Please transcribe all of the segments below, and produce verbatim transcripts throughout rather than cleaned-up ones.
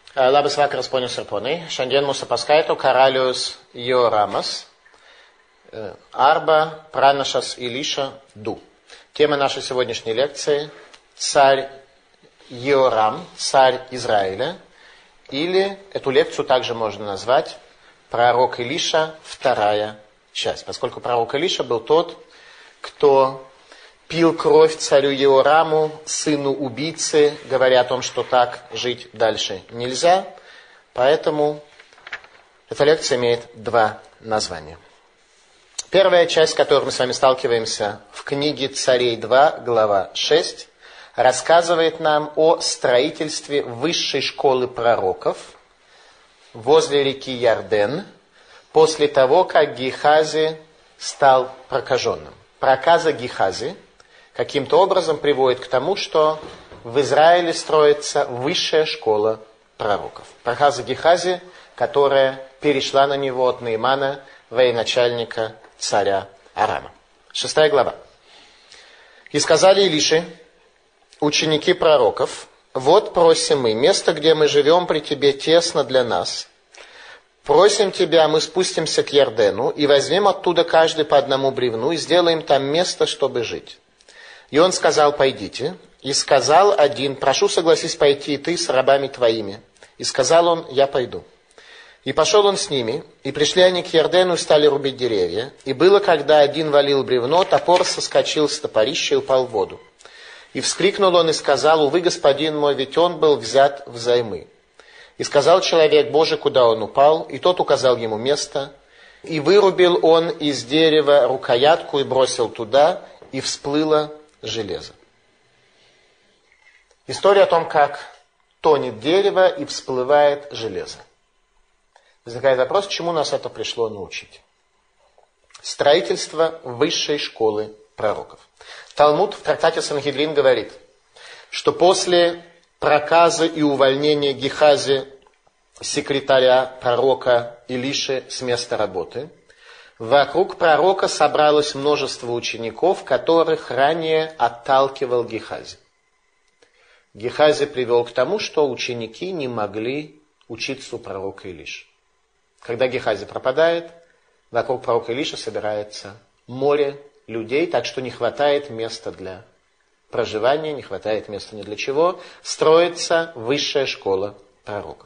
Labas vakaras, ponios ir ponai. Šiandien mūsų paskaito karalius Joramas arba прanašas Илиша du. Тема нашей сегодняшней лекции – царь Йорам, царь Израиля. Или эту лекцию также можно назвать пророк Илиша, вторая часть. Поскольку пророк Илиша был тот, кто пил кровь царю Йораму, сыну убийцы, говоря о том, что так жить дальше нельзя. Поэтому эта лекция имеет два названия. Первая часть, с которой мы с вами сталкиваемся в книге Царей два, глава шесть, рассказывает нам о строительстве высшей школы пророков возле реки Ярден после того, как Гехази стал прокаженным. Проказа Гехази каким-то образом приводит к тому, что в Израиле строится высшая школа пророков. Проказа Гехази, которая перешла на него от Наимана, военачальника царя Арама. Шестая глава. «И сказали Илише, ученики пророков, вот просим мы, место, где мы живем при тебе, тесно для нас. Просим тебя, мы спустимся к Ярдену и возьмем оттуда каждый по одному бревну и сделаем там место, чтобы жить. И он сказал, пойдите. И сказал один, прошу, согласись пойти и ты с рабами твоими. И сказал он, я пойду. И пошел он с ними, и пришли они к Ярдену и стали рубить деревья. И было, когда один валил бревно, топор соскочил с топорища и упал в воду. И вскрикнул он и сказал, увы, господин мой, ведь он был взят взаймы. И сказал человек Божий, куда он упал, и тот указал ему место. И вырубил он из дерева рукоятку и бросил туда, и всплыло железо». История о том, как тонет дерево и всплывает железо. Возникает вопрос, чему нас это пришло научить? Строительство высшей школы пророков. Талмуд в трактате Сангедрин говорит, что после проказа и увольнения Гехази, секретаря пророка Илиши, с места работы, вокруг пророка собралось множество учеников, которых ранее отталкивал Гехази. Гехази привел к тому, что ученики не могли учиться у пророка Илиши. Когда Гехази пропадает, вокруг пророка Илиши собирается море людей, так что не хватает места для проживания, не хватает места ни для чего. Строится высшая школа пророков.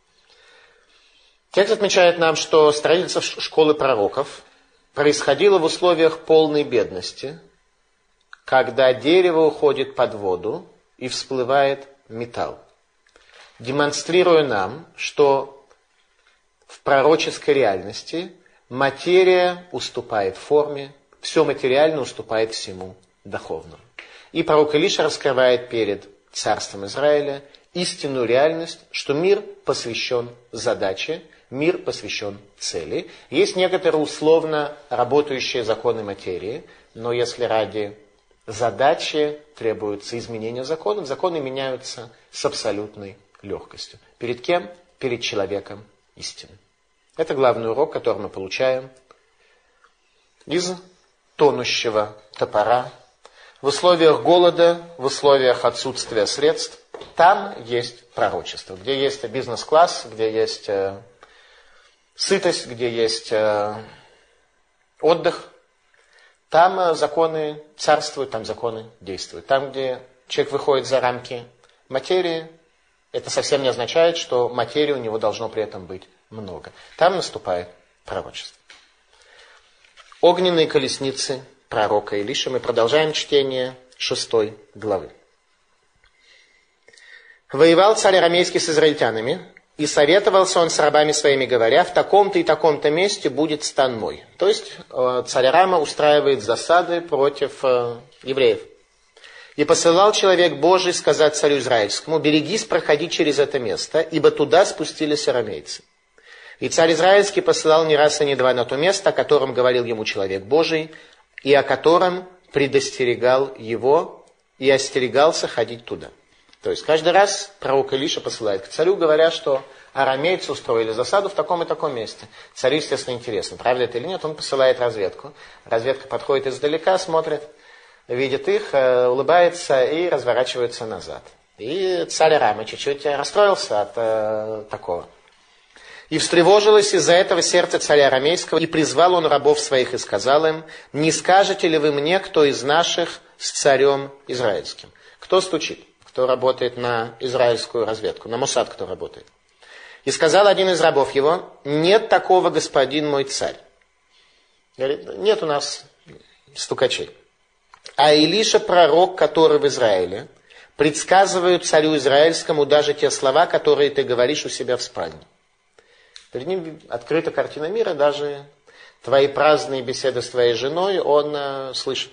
Текст отмечает нам, что строительство школы пророков происходило в условиях полной бедности, когда дерево уходит под воду и всплывает металл, демонстрируя нам, что в пророческой реальности материя уступает форме, все материально уступает всему духовному. И пророк Илиша раскрывает перед царством Израиля истинную реальность, что мир посвящен задаче, мир посвящен цели. Есть некоторые условно работающие законы материи, но если ради задачи требуется изменение законов, законы меняются с абсолютной легкостью. Перед кем? Перед человеком истины. Это главный урок, который мы получаем из тонущего топора. В условиях голода, в условиях отсутствия средств, там есть пророчество. Где есть бизнес-класс, где есть э, сытость, где есть э, отдых, там э, законы царствуют, там законы действуют. Там, где человек выходит за рамки материи, это совсем не означает, что материи у него должно при этом быть много. Там наступает пророчество. Огненные колесницы пророка Илиши. Мы продолжаем чтение шестой главы. «Воевал царь арамейский с израильтянами, и советовался он с рабами своими, говоря, в таком-то и таком-то месте будет стан мой». То есть царь Арама устраивает засады против евреев. «И посылал человек Божий сказать царю израильскому, берегись проходить через это место, ибо туда спустились арамейцы. И царь израильский посылал не раз и не два на то место, о котором говорил ему человек Божий, и о котором предостерегал его, и остерегался ходить туда». То есть каждый раз пророк Илиша посылает к царю, говоря, что арамейцы устроили засаду в таком и таком месте. Царю, естественно, интересно, правда это или нет, он посылает разведку. Разведка подходит издалека, смотрит, видит их, улыбается и разворачивается назад. И царь Арама чуть-чуть расстроился от э, такого. И встревожилось из-за этого сердце царя арамейского, и призвал он рабов своих и сказал им: не скажете ли вы мне, кто из наших с царем израильским? Кто стучит? Кто работает на израильскую разведку? На Моссад кто работает? И сказал один из рабов его: нет такого, господин мой царь. Говорит: нет у нас стукачей. А Илиша, пророк, который в Израиле, предсказывает царю израильскому даже те слова, которые ты говоришь у себя в спальне. Перед ним открыта картина мира, даже твои праздные беседы с твоей женой он э, слышит.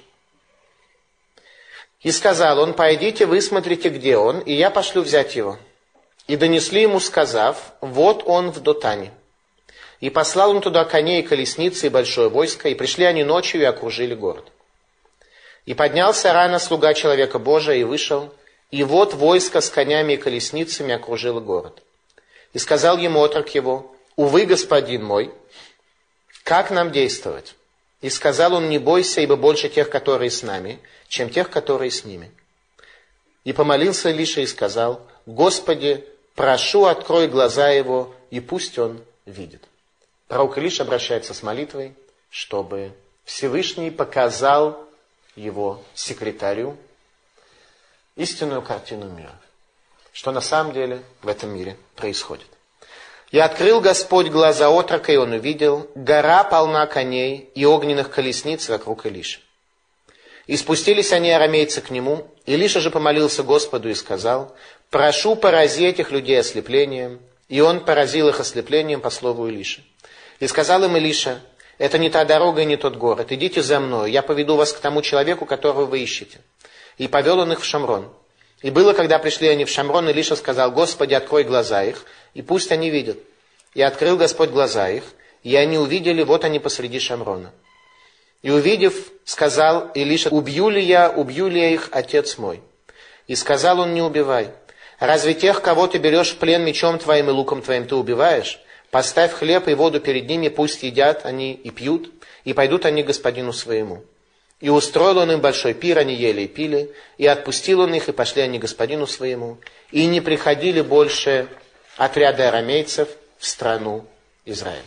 И сказал он: пойдите, высмотрите, где он, и я пошлю взять его. И донесли ему, сказав: вот он в Дотане. И послал он туда коней и колесницы и большое войско, и пришли они ночью и окружили город. И поднялся рано слуга человека Божия и вышел, и вот войско с конями и колесницами окружило город. И сказал ему отрок его: увы, господин мой, как нам действовать? И сказал он: не бойся, ибо больше тех, которые с нами, чем тех, которые с ними. И помолился Илиша и сказал: Господи, прошу, открой глаза его, и пусть он видит. Пророк Илиша обращается с молитвой, чтобы Всевышний показал его секретарю истинную картину мира, что на самом деле в этом мире происходит. И открыл Господь глаза отрока, и он увидел: гора полна коней и огненных колесниц вокруг Илиши. И спустились они, арамейцы, к нему. Илиша же помолился Господу и сказал: прошу, порази этих людей ослеплением. И он поразил их ослеплением по слову Илиши. И сказал им Илиша: это не та дорога и не тот город. Идите за мною, я поведу вас к тому человеку, которого вы ищете. И повел он их в Шамрон. И было, когда пришли они в Шамрон, Илиша сказал: Господи, открой глаза их, и пусть они видят. И открыл Господь глаза их, и они увидели, вот они посреди Шамрона. И увидев, сказал Илиша: убью ли я, убью ли я их, отец мой? И сказал он: не убивай. Разве тех, кого ты берешь в плен мечом твоим и луком твоим, ты убиваешь? Поставь хлеб и воду перед ними, пусть едят они и пьют, и пойдут они к господину своему. И устроил он им большой пир, они ели и пили, и отпустил он их, и пошли они к господину своему, и не приходили больше отряды арамейцев в страну Израиль.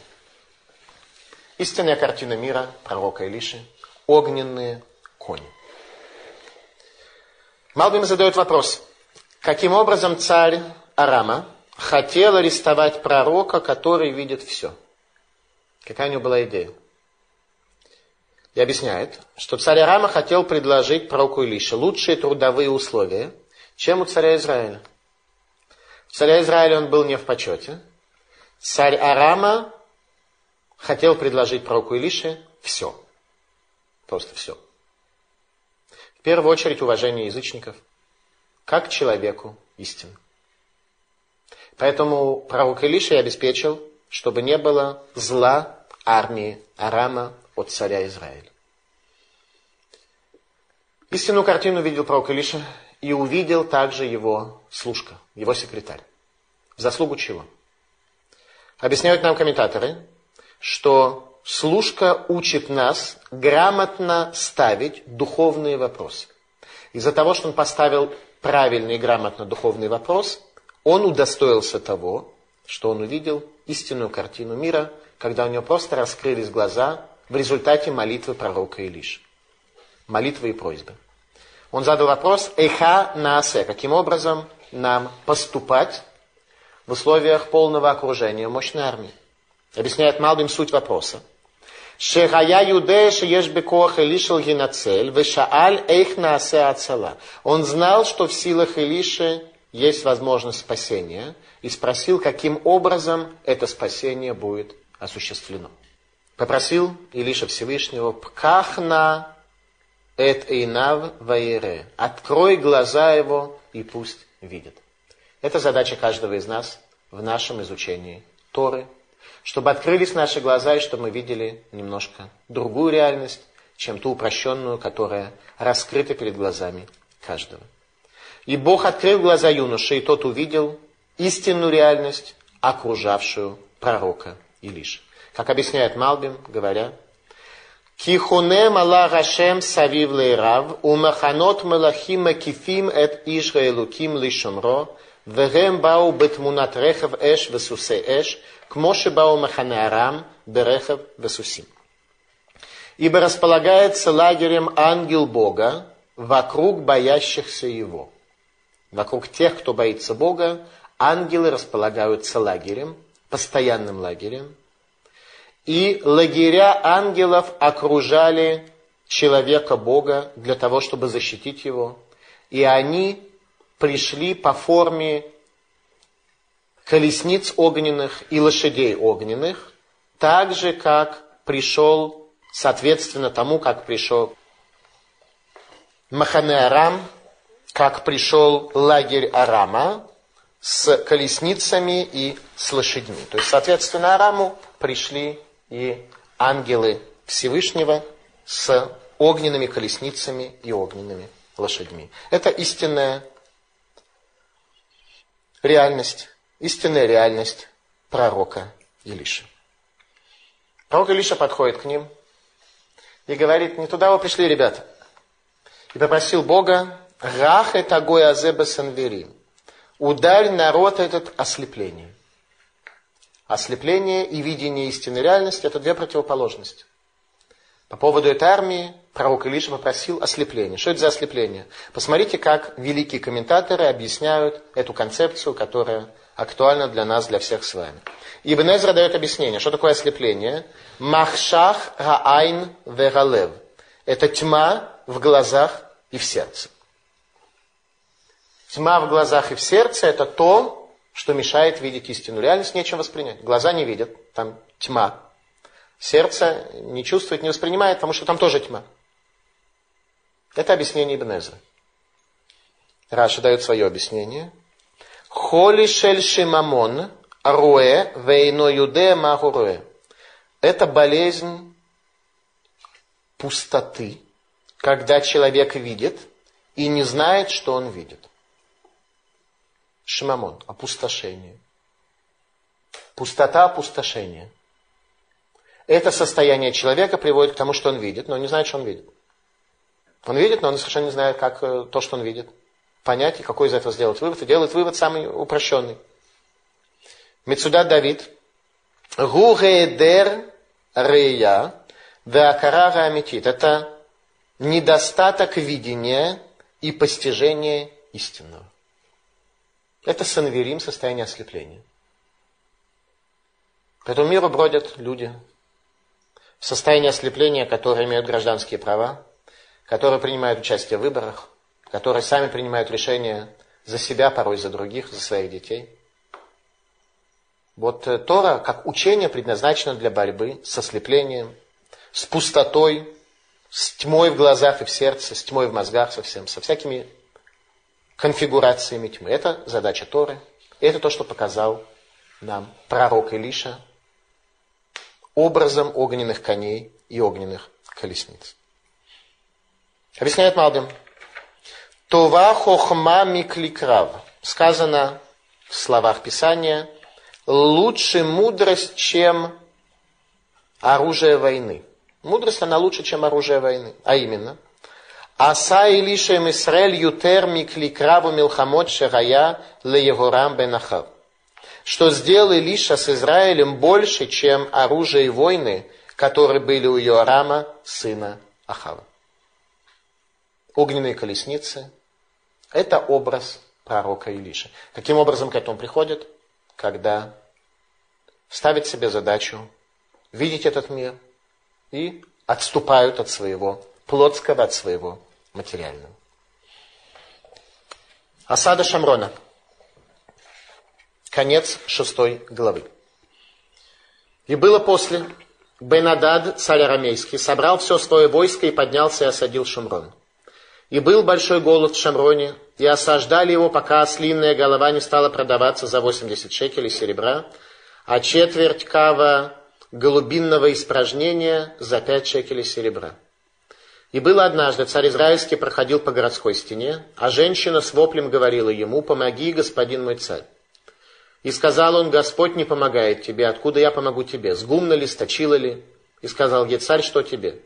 Истинная картина мира пророка Илиши – огненные кони. Малбим задает вопрос: каким образом царь Арама хотел арестовать пророка, который видит все? Какая у него была идея? И объясняет, что царь Арама хотел предложить пророку Илише лучшие трудовые условия, чем у царя Израиля. У царя Израиля он был не в почете. Царь Арама хотел предложить пророку Илише все. Просто все. В первую очередь уважение язычников, как человеку истины. Поэтому пророк Илиша обеспечил, чтобы не было зла армии Арама от царя Израиля. Истинную картину видел пророк Илиша и увидел также его служка, его секретарь. В заслугу чего? Объясняют нам комментаторы, что служка учит нас грамотно ставить духовные вопросы. Из-за того, что он поставил правильный и грамотно духовный вопрос, он удостоился того, что он увидел истинную картину мира, когда у него просто раскрылись глаза в результате молитвы пророка Илиши. Молитвы и просьбы. Он задал вопрос: «Эха наасе», каким образом нам поступать в условиях полного окружения мощной армии. Объясняет Малбим суть вопроса. «Шехая юде шееш бекоах Илиши гинацель, вешааль эйх наасе ацала». Он знал, что в силах Илиши есть возможность спасения, и спросил, каким образом это спасение будет осуществлено. Попросил Илиша Всевышнего: «Пкахна эт эйнав ваере». Открой глаза его, и пусть видит. Это задача каждого из нас в нашем изучении Торы, чтобы открылись наши глаза, и чтобы мы видели немножко другую реальность, чем ту упрощенную, которая раскрыта перед глазами каждого. И Бог открыл глаза юноши, и тот увидел истинную реальность, окружавшую пророка Илиша. Как объясняет Малбим, говоря: Кихоне мала Гашем савив лейрав, умаханот мелахим макифим эт Ишраэлуким лишомро, вегем бау бетмунат рехав эш весусе эш, кмоши бау махане арам берехав весусим. Ибо располагается лагерем ангел Бога вокруг боящихся Его. Вокруг тех, кто боится Бога, ангелы располагаются лагерем, постоянным лагерем. И лагеря ангелов окружали человека Бога для того, чтобы защитить его. И они пришли по форме колесниц огненных и лошадей огненных, так же, как пришел, соответственно тому, как пришел Махане Арам, как пришел лагерь Арама с колесницами и с лошадьми. То есть, соответственно, Араму пришли и ангелы Всевышнего с огненными колесницами и огненными лошадьми. Это истинная реальность, истинная реальность пророка Илиши. Пророк Илиша подходит к ним и говорит: не туда вы пришли, ребята. И попросил Бога: «Рах это гой азеба санверим». Ударь народ этот ослеплением. Ослепление и видение истинной реальности – это две противоположности. По поводу этой армии пророк Илиша попросил ослепления. Что это за ослепление? Посмотрите, как великие комментаторы объясняют эту концепцию, которая актуальна для нас, для всех с вами. Ибн Эзра дает объяснение, что такое ослепление. Махшах раайн вералев. Это тьма в глазах и в сердце. Тьма в глазах и в сердце – это то, что мешает видеть истинную реальность, нечем воспринять. Глаза не видят, там тьма. Сердце не чувствует, не воспринимает, потому что там тоже тьма. Это объяснение Ибн Эзры. Раши дает свое объяснение. Холи шель шимамон руэ вейно юде магу руэ. Это болезнь пустоты, когда человек видит и не знает, что он видит. Шимамон, опустошение. Пустота, опустошение. Это состояние человека приводит к тому, что он видит, но он не знает, что он видит. Он видит, но он совершенно не знает, как то, что он видит, понять, и какой из этого сделать вывод. И делает вывод самый упрощенный. Мецудат Давид. Гу геэдер рея веакара гаамитит. Это недостаток видения и постижения истинного. Это санверим, состояние ослепления. По этому миру бродят люди в состоянии ослепления, которые имеют гражданские права, которые принимают участие в выборах, которые сами принимают решения за себя, порой за других, за своих детей. Вот Тора, как учение, предназначено для борьбы с ослеплением, с пустотой, с тьмой в глазах и в сердце, с тьмой в мозгах совсем, со всякими конфигурациями тьмы. Это задача Торы. И это то, что показал нам пророк Илиша образом огненных коней и огненных колесниц. Объясняет Малбим. Това хохма микликрав. Сказано в словах Писания: лучше мудрость, чем оружие войны. Мудрость, она лучше, чем оружие войны. А именно, Аса Илиша им Исраэль ютер микликраву милхамот шерая леегорам бен Ахав. Что сделал Илиша с Израилем больше, чем оружие войны, которые были у Йорама, сына Ахава. Огненные колесницы – это образ пророка Илиши. Каким образом к этому приходит? Когда ставит себе задачу видеть этот мир и отступают от своего плотского, от своего материального. Осада Шамрона. Конец шестой главы. И было после, Бен-Адад, царь арамейский, собрал все свое войско и поднялся и осадил Шамрон. И был большой голод в Шамроне, и осаждали его, пока ослиная голова не стала продаваться за восемьдесят шекелей серебра, а четверть кава голубинного испражнения за пять шекелей серебра. И было однажды, царь Израильский проходил по городской стене, а женщина с воплем говорила ему: «Помоги, господин мой царь». И сказал он: «Господь не помогает тебе, откуда я помогу тебе? Сгумно ли, сточила ли?» И сказал ей: «Царь, что тебе?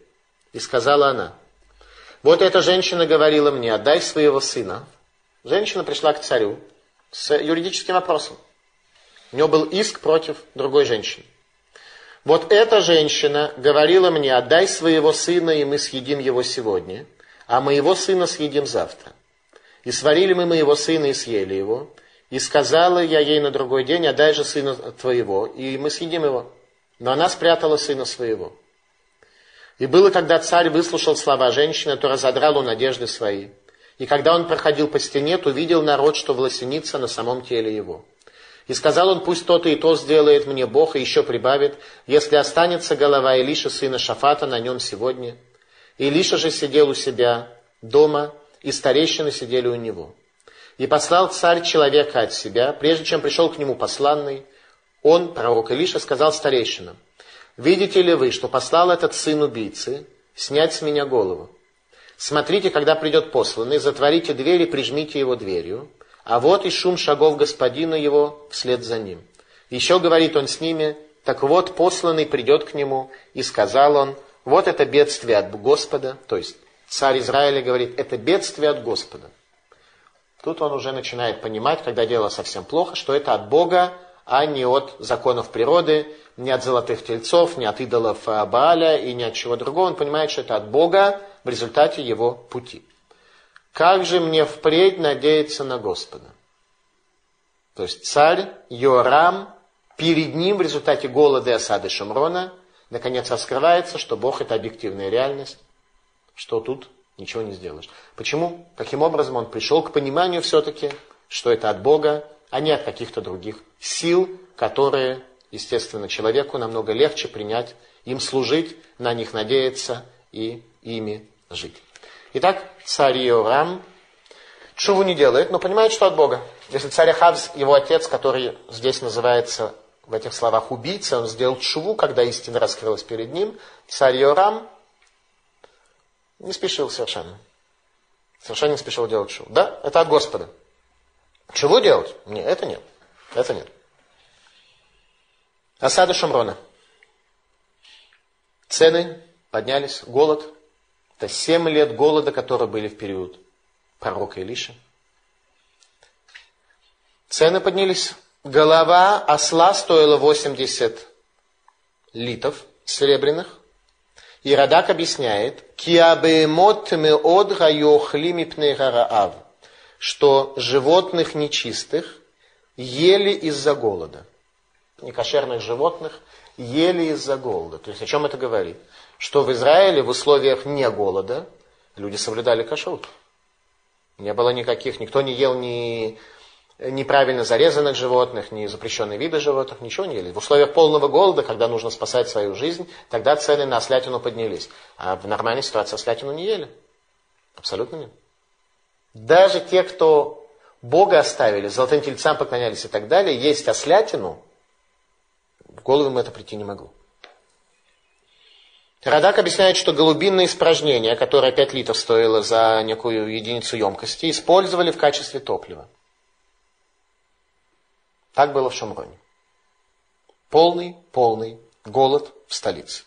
И сказала она: вот эта женщина говорила мне: отдай своего сына. Женщина пришла к царю с юридическим вопросом. У него был иск против другой женщины. Вот эта женщина говорила мне: отдай своего сына, и мы съедим его сегодня, а моего сына съедим завтра. И сварили мы моего сына и съели его. И сказала я ей на другой день: отдай же сына твоего, и мы съедим его. Но она спрятала сына своего. И было, когда царь выслушал слова женщины, то разодрал он одежды свои. И когда он проходил по стене, то видел народ, что власеница на самом теле его. И сказал он: пусть то-то и то сделает мне Бог, и еще прибавит, если останется голова Илиши, сына Шафата, на нем сегодня. Илиша же сидел у себя дома, и старейшины сидели у него. И послал царь человека от себя, прежде чем пришел к нему посланный, он, пророк Илиша, сказал старейшинам: видите ли вы, что послал этот сын убийцы снять с меня голову? Смотрите, когда придет посланный, затворите дверь и прижмите его дверью, а вот и шум шагов господина его вслед за ним. Еще говорит он с ними: так вот, посланный придет к нему, и сказал он: вот это бедствие от Господа, то есть царь Израиля говорит: это бедствие от Господа. Тут он уже начинает понимать, когда дело совсем плохо, что это от Бога, а не от законов природы, не от золотых тельцов, не от идолов Бааля и не от чего другого. Он понимает, что это от Бога в результате его пути. Как же мне впредь надеяться на Господа? То есть царь Йорам, перед ним в результате голода и осады Шумрона наконец раскрывается, что Бог — это объективная реальность, что тут ничего не сделаешь. Почему? Каким образом он пришел к пониманию все-таки, что это от Бога, а не от каких-то других сил, которые, естественно, человеку намного легче принять, им служить, на них надеяться и ими жить. Итак, царь Йорам тшуву не делает, но понимает, что от Бога. Если царь Ахав, его отец, который здесь называется в этих словах убийца, он сделал тшуву, когда истина раскрылась перед ним, царь Йорам не спешил совершенно. Совершенно не спешил делать тшуву. Да, это от Господа. Тшуву делать? Нет, это нет. Это нет. Осада Шумрона. Цены поднялись, голод. Это семь лет голода, которые были в период пророка Илиши. Цены поднялись. Голова осла стоила восемьдесят литов серебряных. И Радак объясняет, что животных нечистых ели из-за голода. Некошерных животных ели из-за голода. То есть о чем это говорит? Что в Израиле в условиях не голода люди соблюдали кашрут. Не было никаких, никто не ел ни неправильно зарезанных животных, ни запрещенные виды животных, ничего не ели. В условиях полного голода, когда нужно спасать свою жизнь, тогда цены на ослятину поднялись. А в нормальной ситуации ослятину не ели. Абсолютно нет. Даже те, кто Бога оставили, золотым тельцам поклонялись и так далее, есть ослятину, в голову им это прийти не могло. Радак объясняет, что голубинное испражнение, которое пять литров стоило за некую единицу емкости, использовали в качестве топлива. Так было в Шумроне. Полный, полный голод в столице.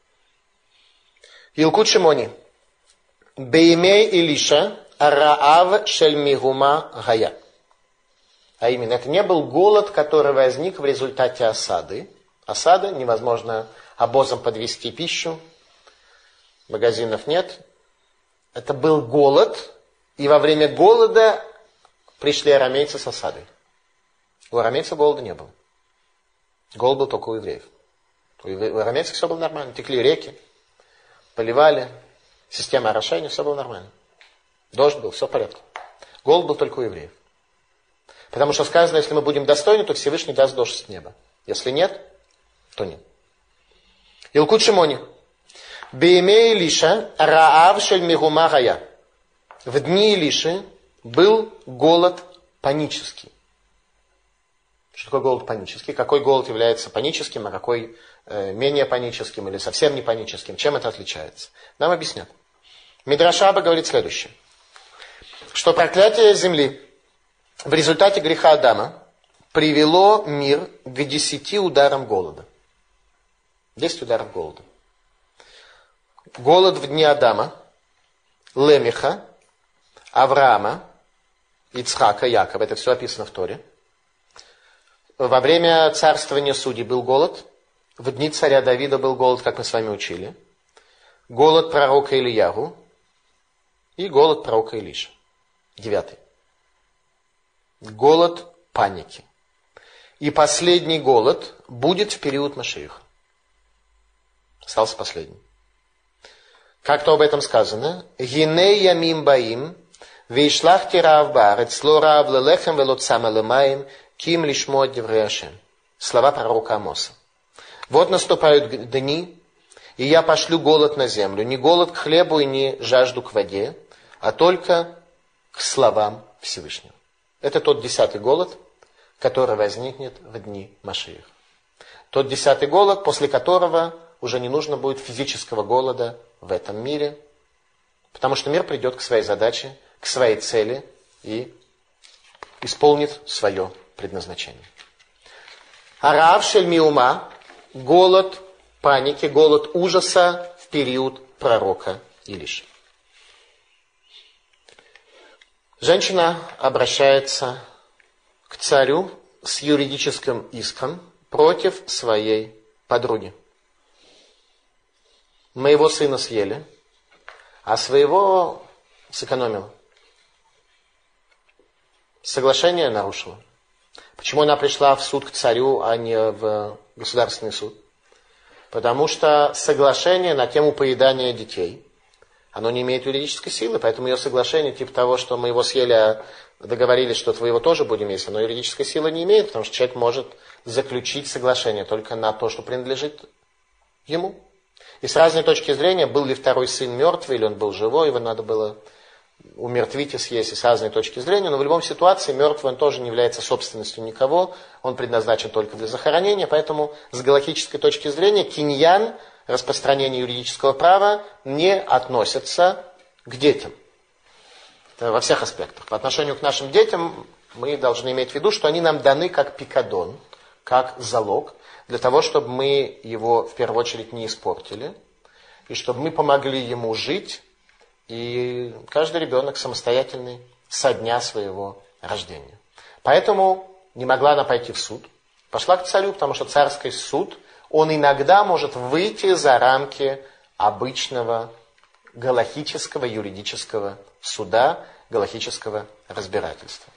Илкут Шимони. Беймей Илиша Раав Шельмигума Гая. А именно, это не был голод, который возник в результате осады. Осада, невозможно обозом подвести пищу, магазинов нет. Это был голод, и во время голода пришли арамейцы с осадой. У арамейцев голода не было. Голод был только у евреев. У арамейцев все было нормально. Текли реки, поливали, система орошения, все было нормально. Дождь был, все в порядке. Голод был только у евреев. Потому что сказано, если мы будем достойны, то Всевышний даст дождь с неба. Если нет, то нет. Илкут Шимони. Беймей Илиша Раав Шель Мигума Гая. В дни Илиши был голод панический. Что такое голод панический? Какой голод является паническим, а какой э, менее паническим или совсем не паническим? Чем это отличается? Нам объяснят. Мидраш Раба говорит следующее. Что проклятие земли в результате греха Адама привело мир к десяти ударам голода. Десять ударов голода. голод в дни Адама, Лемеха, Авраама, Ицхака, Якова. Это все описано в Торе. Во время царствования судей был голод. В дни царя Давида был голод, как мы с вами учили. Голод пророка Ильягу и голод пророка Илиша. Девятый. Голод паники. И последний голод будет в период Машиаха. Остался последний. Как то об этом сказано? «Гиней ямим баим, вейшлах тирав баарец, ло раав лелехем велот сама лемаим, ким лишмо деврей Ашем». Слова пророка Амоса. «Вот наступают дни, и я пошлю голод на землю, не голод к хлебу и не жажду к воде, а только к словам Всевышнего». Это тот десятый голод, который возникнет в дни Машиаха. Тот десятый голод, после которого уже не нужно будет физического голода в этом мире, потому что мир придет к своей задаче, к своей цели и исполнит свое предназначение. Арав шель миума, голод паники, голод ужаса в период пророка Илиша. Женщина обращается к царю с юридическим иском против своей подруги. Моего сына съели, а своего сэкономила. Соглашение нарушила. Почему она пришла в суд к царю, а не в государственный суд? Потому что соглашение на тему поедания детей, оно не имеет юридической силы, поэтому ее соглашение типа того, что мы его съели, а договорились, что твоего тоже будем есть, оно юридической силы не имеет, потому что человек может заключить соглашение только на то, что принадлежит ему. И с разной точки зрения, был ли второй сын мертвый, или он был живой, его надо было умертвить и съесть, и с разной точки зрения, но в любом ситуации мертвый он тоже не является собственностью никого, он предназначен только для захоронения, поэтому с галактической точки зрения киньян, распространение юридического права, не относится к детям. Это во всех аспектах. По отношению к нашим детям мы должны иметь в виду, что они нам даны как пикадон, как залог, для того, чтобы мы его в первую очередь не испортили, и чтобы мы помогли ему жить, и каждый ребенок самостоятельный со дня своего рождения. Поэтому не могла она пойти в суд. Пошла к царю, потому что царский суд, он иногда может выйти за рамки обычного галахического юридического суда, галахического разбирательства.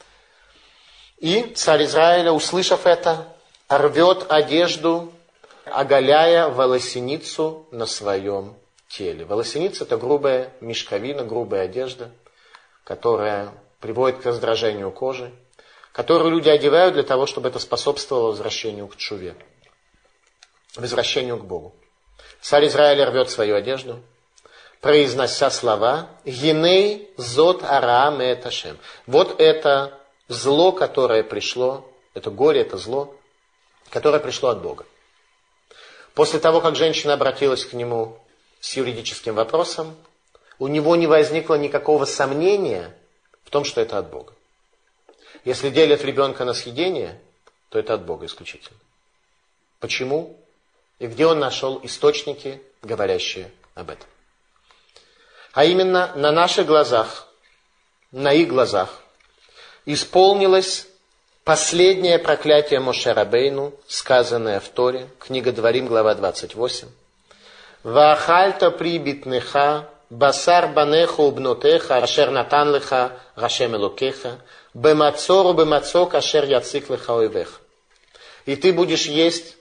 И царь Израиля, услышав это, рвет одежду, оголяя волосиницу на своем теле. Волосиница – это грубая мешковина, грубая одежда, которая приводит к раздражению кожи, которую люди одевают для того, чтобы это способствовало возвращению к тшуве, возвращению к Богу. Царь Израиля рвет свою одежду, произнося слова «Гиней зот араам эт Ашем». Вот это зло, которое пришло, это горе, это зло, которое пришло от Бога. После того, как женщина обратилась к нему с юридическим вопросом, у него не возникло никакого сомнения в том, что это от Бога. Если делят ребенка на съедение, то это от Бога исключительно. Почему? И где он нашел источники, говорящие об этом? А именно, на наших глазах, на их глазах, исполнилось последнее проклятие Моше Рабейну, сказанное в Торе, книга Дворим, глава двадцать восемь. «Ваахальта при битнеха, басар банеха убнотеха, ашер натан леха, рашем элокеха, бемацору бемацок, ашер яцик леха ойвех». И ты будешь есть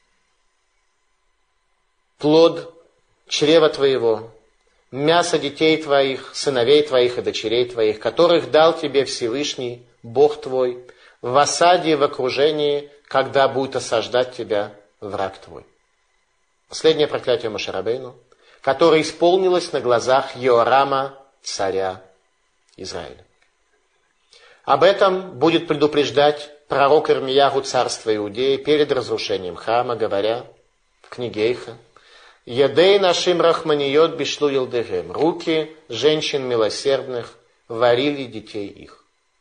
плод чрева твоего, мясо детей твоих, сыновей твоих и дочерей твоих, которых дал тебе Всевышний, Бог твой, в осаде и в окружении, когда будет осаждать тебя враг твой. Последнее проклятие Моше Рабейну, которое исполнилось на глазах Йорама, царя Израиля. Об этом будет предупреждать пророк Ирмияху, царства Иудеи, перед разрушением храма, говоря в книге Эйха: «Едей нашим рахманиот бишлу елдехем». Руки женщин милосердных варили детей их.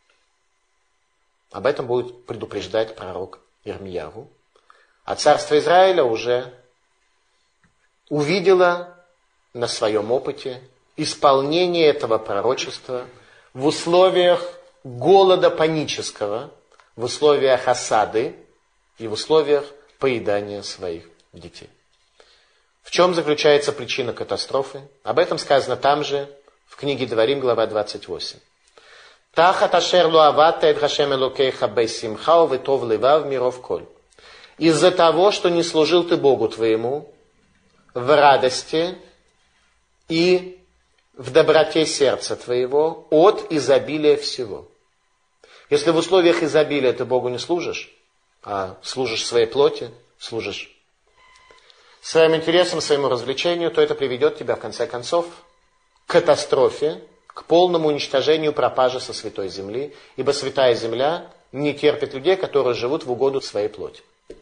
Об этом будет предупреждать пророк Ирмияху. А царство Израиля уже увидело на своем опыте исполнение этого пророчества в условиях голода панического, в условиях осады и в условиях поедания своих детей. В чем заключается причина катастрофы? Об этом сказано там же, в книге Дворим, глава двадцать восемь. «Тахат ашер ло аватта эт Хашем элокейха бесимха ветов левав миров коль». Из-за того, что не служил ты Богу твоему в радости и в доброте сердца твоего от изобилия всего. Если в условиях изобилия ты Богу не служишь, а служишь своей плоти, служишь своим интересам, своему развлечению, то это приведет тебя, в конце концов, к катастрофе, к полному уничтожению, пропаже со святой земли, ибо святая земля не терпит людей, которые живут в угоду своей плоти.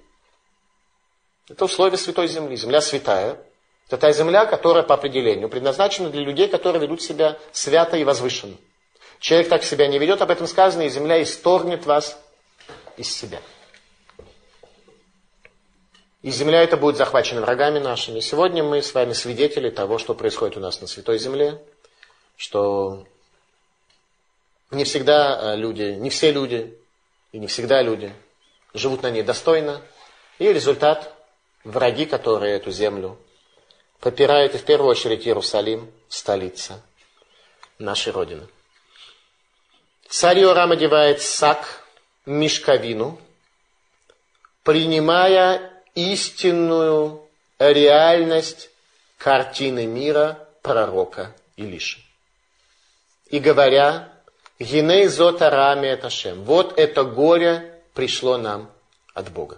Это условие святой земли. Земля святая. Это та земля, которая по определению предназначена для людей, которые ведут себя свято и возвышенно. Человек так себя не ведет, об этом сказано, и земля исторгнет вас из себя. И земля эта будет захвачена врагами нашими. Сегодня мы с вами свидетели того, что происходит у нас на Святой Земле, что не всегда люди, не все люди и не всегда люди живут на ней достойно. И результат – враги, которые эту землю попирают, и в первую очередь Иерусалим, столица нашей Родины. Царь Йорам одевает сак, мешковину, принимая истинную реальность картины мира пророка Илиши. И говоря, «Гиней зот арами эт Ашем», вот это горе пришло нам от Бога.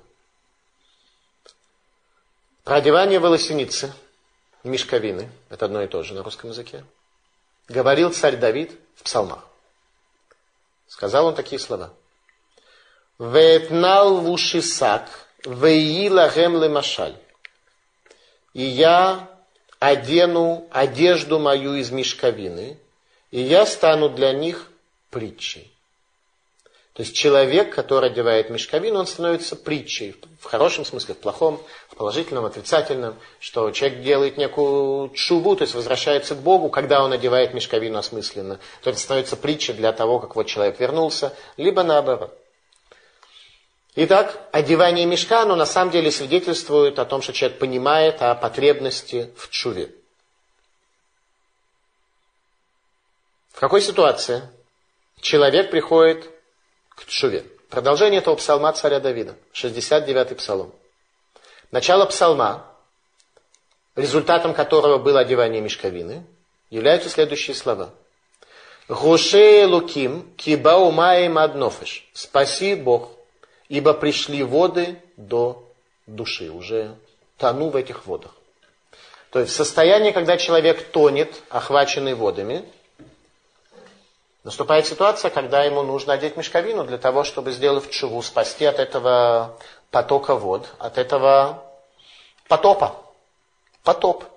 Про одевание волосеницы, мешковины, это одно и то же на русском языке, говорил царь Давид в псалмах. Сказал он такие слова. «Веэтнал вуши сак, веи лахем лемашаль». И я одену одежду мою из мешковины, и я стану для них притчей. То есть человек, который одевает мешковину, он становится притчей. В хорошем смысле, в плохом, в положительном, отрицательном. Что человек делает некую тшуву, то есть возвращается к Богу, когда он одевает мешковину осмысленно. То это становится притчей для того, как вот человек вернулся, либо наоборот. Итак, одевание мешка, оно на самом деле свидетельствует о том, что человек понимает о потребности в тшуве. В какой ситуации человек приходит к тшуве? Продолжение этого псалма царя Давида, шестьдесят девятый псалом. Начало псалма, результатом которого было одевание мешковины, являются следующие слова. «Гуше луким кибау маем аднофеш». Спаси Бог, ибо пришли воды до души. Уже тону в этих водах. То есть в состоянии, когда человек тонет, охваченный водами, наступает ситуация, когда ему нужно одеть мешковину для того, чтобы, сделав тшуву, спасти от этого потока вод, от этого потопа. Потоп.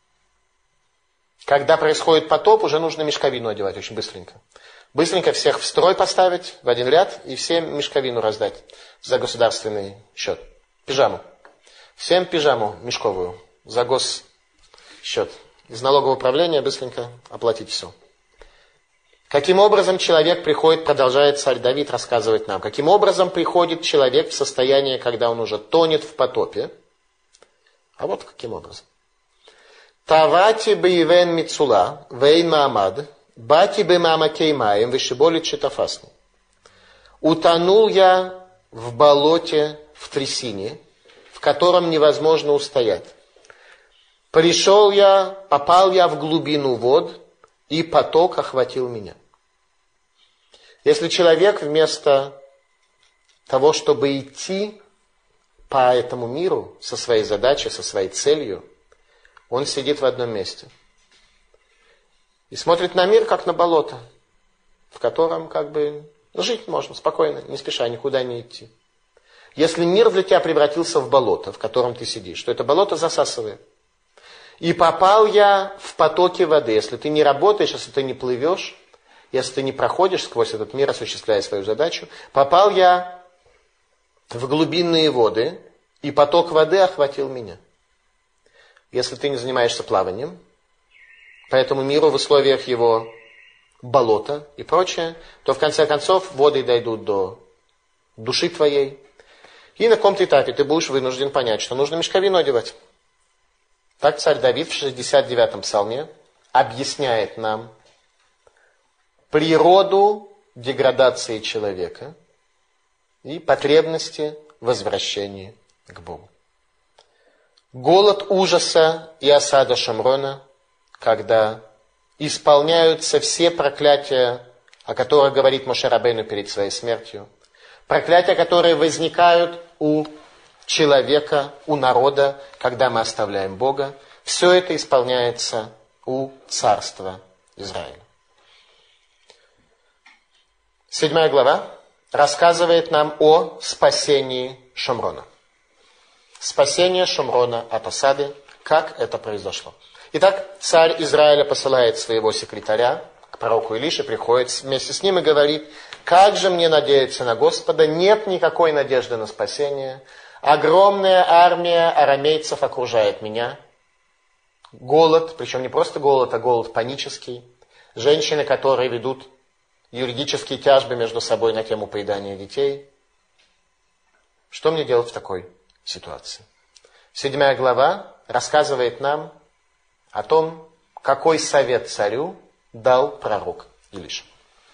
Когда происходит потоп, уже нужно мешковину одевать очень быстренько. Быстренько всех в строй поставить в один ряд и всем мешковину раздать за государственный счет. Пижаму. Всем пижаму мешковую за госсчет. Из налогового управления быстренько оплатить все. Каким образом человек приходит, продолжает царь Давид рассказывать нам, каким образом приходит человек в состояние, когда он уже тонет в потопе. А вот каким образом. Тавати бейвен мицула, вейн маамад, бати бемама кеймаем, вышиболит читафасну. Утонул я в болоте, в трясине, в котором невозможно устоять. Пришел я, попал я в глубину вод, и поток охватил меня. Если человек вместо того, чтобы идти по этому миру со своей задачей, со своей целью, он сидит в одном месте и смотрит на мир, как на болото, в котором как бы жить можно спокойно, не спеша, никуда не идти. Если мир для тебя превратился в болото, в котором ты сидишь, то это болото засасывает. И попал я в потоки воды. Если ты не работаешь, если ты не плывешь, если ты не проходишь сквозь этот мир, осуществляя свою задачу, попал я в глубинные воды, и поток воды охватил меня. Если ты не занимаешься плаванием, по этому миру в условиях его болота и прочее, то в конце концов воды дойдут до души твоей. И на каком-то этапе ты будешь вынужден понять, что нужно мешковину одевать. Так царь Давид в шестьдесят девятом псалме объясняет нам природу деградации человека и потребности возвращения к Богу. Голод ужаса и осада Шомрона, когда исполняются все проклятия, о которых говорит Моше Рабейну перед своей смертью, проклятия, которые возникают у человека, у народа, когда мы оставляем Бога, все это исполняется у царства Израиля. Седьмая глава рассказывает нам о спасении Шомрона. Спасение Шомрона от осады, как это произошло. Итак, царь Израиля посылает своего секретаря к пророку Илише, приходит вместе с ним и говорит: как же мне надеяться на Господа, нет никакой надежды на спасение. Огромная армия арамейцев окружает меня. Голод, причем не просто голод, а голод панический. Женщины, которые ведут юридические тяжбы между собой на тему поедания детей. Что мне делать в такой ситуации? Седьмая глава рассказывает нам о том, какой совет царю дал пророк Илиша.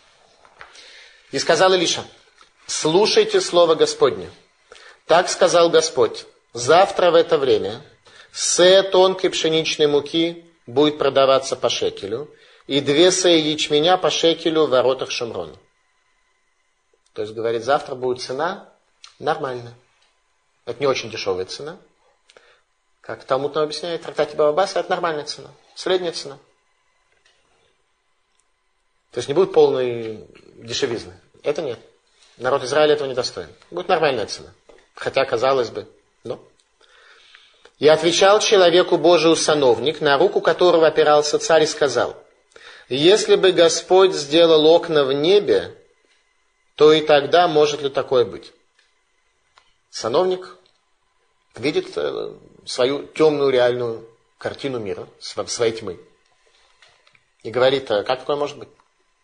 И сказал Илиша: слушайте слово Господне. Так сказал Господь: завтра в это время сэ тонкой пшеничной муки будет продаваться по шекелю, и две сэ ячменя по шекелю в воротах Шомрона. То есть, говорит, завтра будет цена нормальная. Это не очень дешевая цена. Как Талмуд нам объясняет в трактате Бава Басра, это нормальная цена, средняя цена. То есть не будет полной дешевизны. Это нет. Народ Израиля этого не достоин. Будет нормальная цена. Хотя, казалось бы, но. И отвечал человеку Божию сановник, на руку которого опирался царь, и сказал: если бы Господь сделал окна в небе, то и тогда может ли такое быть? Сановник видит свою темную реальную картину мира, своей тьмы. И говорит: как такое может быть?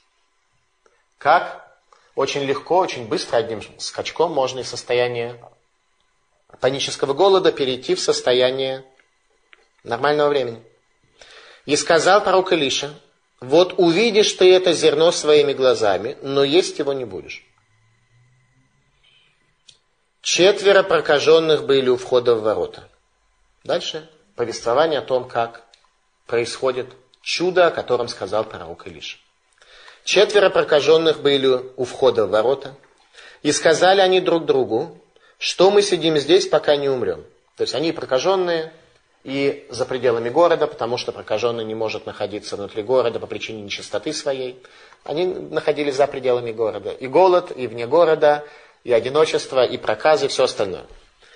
Как очень легко, очень быстро, одним скачком можно из состояния панического голода перейти в состояние нормального времени. И сказал пророк Илиша: вот увидишь ты это зерно своими глазами, но есть его не будешь. Четверо прокаженных были у входа в ворота. Дальше повествование о том, как происходит чудо, о котором сказал пророк Илиша. Четверо прокаженных были у входа в ворота, и сказали они друг другу: что мы сидим здесь, пока не умрем. То есть они прокаженные и за пределами города, потому что прокаженный не может находиться внутри города по причине нечистоты своей. Они находились за пределами города. И голод, и вне города, и одиночество, и проказы, и все остальное.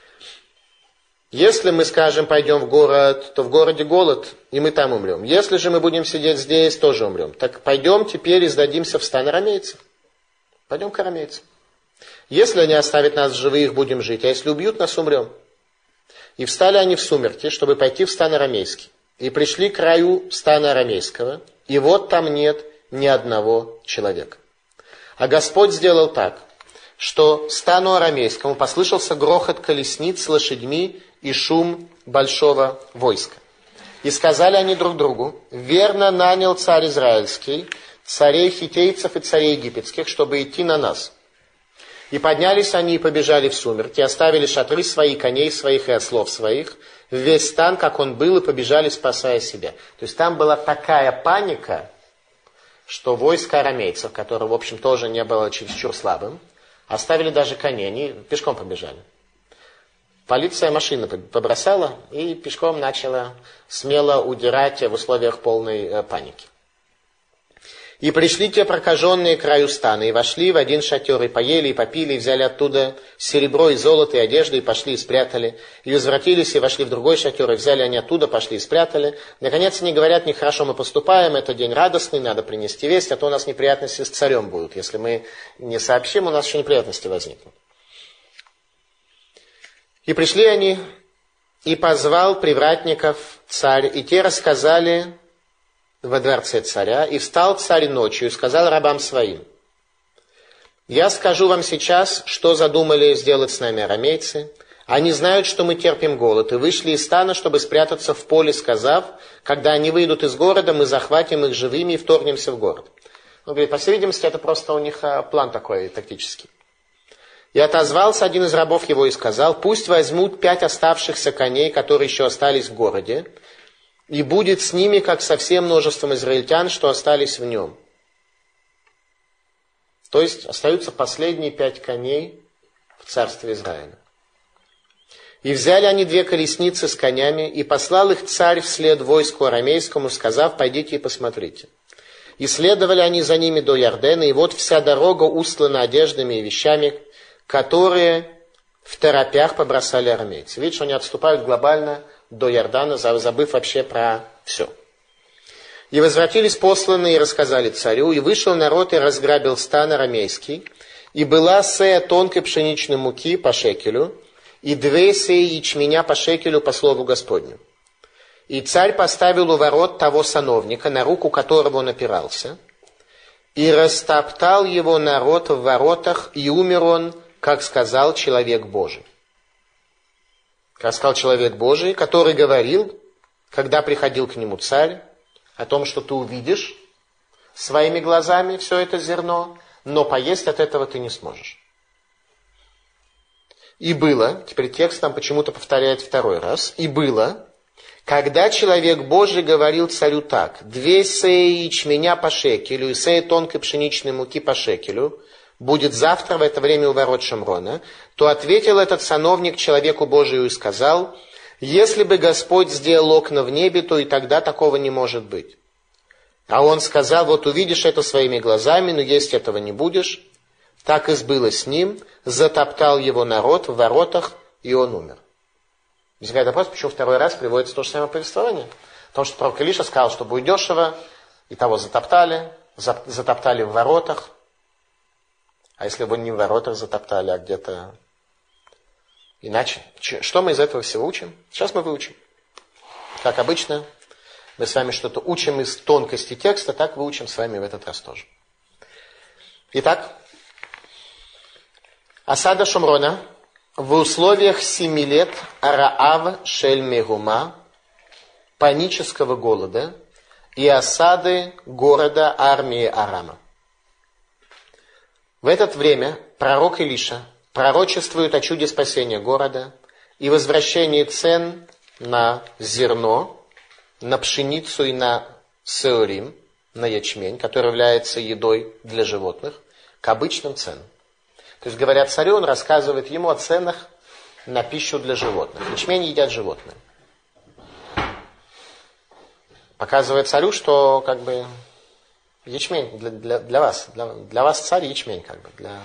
Если мы, скажем, пойдем в город, то в городе голод, и мы там умрем. Если же мы будем сидеть здесь, тоже умрем. Так пойдем теперь и сдадимся в стан арамейцев. Пойдем к арамейцам. Если они оставят нас в живых, будем жить, а если убьют нас, умрем. И встали они в сумерки, чтобы пойти в стан арамейский. И пришли к краю стана арамейского, и вот там нет ни одного человека. А Господь сделал так, что стану арамейскому послышался грохот колесниц с лошадьми и шум большого войска. И сказали они друг другу: верно нанял царь израильский царей хиттейцев и царей египетских, чтобы идти на нас. И поднялись они и побежали в сумерки, оставили шатры свои, коней своих и ослов своих, весь стан, как он был, и побежали, спасая себя. То есть там была такая паника, что войско арамейцев, которое, в общем, тоже не было чересчур слабым, оставили даже коней, они пешком побежали. Полиция машины побросала и пешком начала смело удирать в условиях полной паники. И пришли те прокаженные к краю стана, и вошли в один шатер, и поели, и попили, и взяли оттуда серебро и золото, и одежду, и пошли, и спрятали. И возвратились, и вошли в другой шатер, и взяли они оттуда, пошли, и спрятали. Наконец они говорят: нехорошо мы поступаем, это день радостный, надо принести весть, а то у нас неприятности с царем будут. Если мы не сообщим, у нас еще неприятности возникнут. И пришли они, и позвал привратников царь, и те рассказали во дворце царя, и встал царь ночью и сказал рабам своим: «Я скажу вам сейчас, что задумали сделать с нами арамейцы. Они знают, что мы терпим голод, и вышли из стана, чтобы спрятаться в поле, сказав: когда они выйдут из города, мы захватим их живыми и вторгнемся в город». Он говорит, по всей видимости, это просто у них план такой тактический. И отозвался один из рабов его и сказал: «Пусть возьмут пять оставшихся коней, которые еще остались в городе, и будет с ними, как со всем множеством израильтян, что остались в нем». То есть остаются последние пять коней в царстве Израиля. «И взяли они две колесницы с конями, и послал их царь вслед войску арамейскому, сказав: пойдите и посмотрите. И следовали они за ними до Ярдена, и вот вся дорога устлана одеждами и вещами, которые в торопях побросали арамейцы». Видишь, они отступают глобально до Иордана, забыв вообще про все. «И возвратились посланные и рассказали царю, и вышел народ и разграбил стан арамейский, и была сея тонкой пшеничной муки по шекелю, и две сеи ячменя по шекелю по слову Господню. И царь поставил у ворот того сановника, на руку которого он опирался, и растоптал его народ в воротах, и умер он, как сказал человек Божий». Как сказал человек Божий, который говорил, когда приходил к нему царь, о том, что ты увидишь своими глазами все это зерно, но поесть от этого ты не сможешь. «И было», теперь текст там почему-то повторяет второй раз, «и было, когда человек Божий говорил царю так: две сеи ячменя по шекелю и сеи тонкой пшеничной муки по шекелю будет завтра в это время у ворот Шомрона, то ответил этот сановник человеку Божию и сказал: если бы Господь сделал окна в небе, то и тогда такого не может быть. А он сказал: вот увидишь это своими глазами, но есть этого не будешь. Так и сбылось с ним, затоптал его народ в воротах, и он умер». Возникает вопрос, почему второй раз приводится то же самое повествование? Потому что пророк Илиша сказал, что будет дешево, и того затоптали, затоптали в воротах. А если бы не в воротах затоптали, а где-то иначе? Что мы из этого всего учим? Сейчас мы выучим. Как обычно, мы с вами что-то учим из тонкости текста, так выучим с вами в этот раз тоже. Итак, осада Шомрона в условиях семи лет Раав Шель Мегума, панического голода, и осады города армии Арама. В это время пророк Илиша пророчествует о чуде спасения города и возвращении цен на зерно, на пшеницу и на сеорим, на ячмень, который является едой для животных, к обычным ценам. То есть, говоря царю, он рассказывает ему о ценах на пищу для животных. Ячмень едят животные. Показывает царю, что как бы ячмень для, для, для вас. Для, для вас царь ячмень как бы. Для...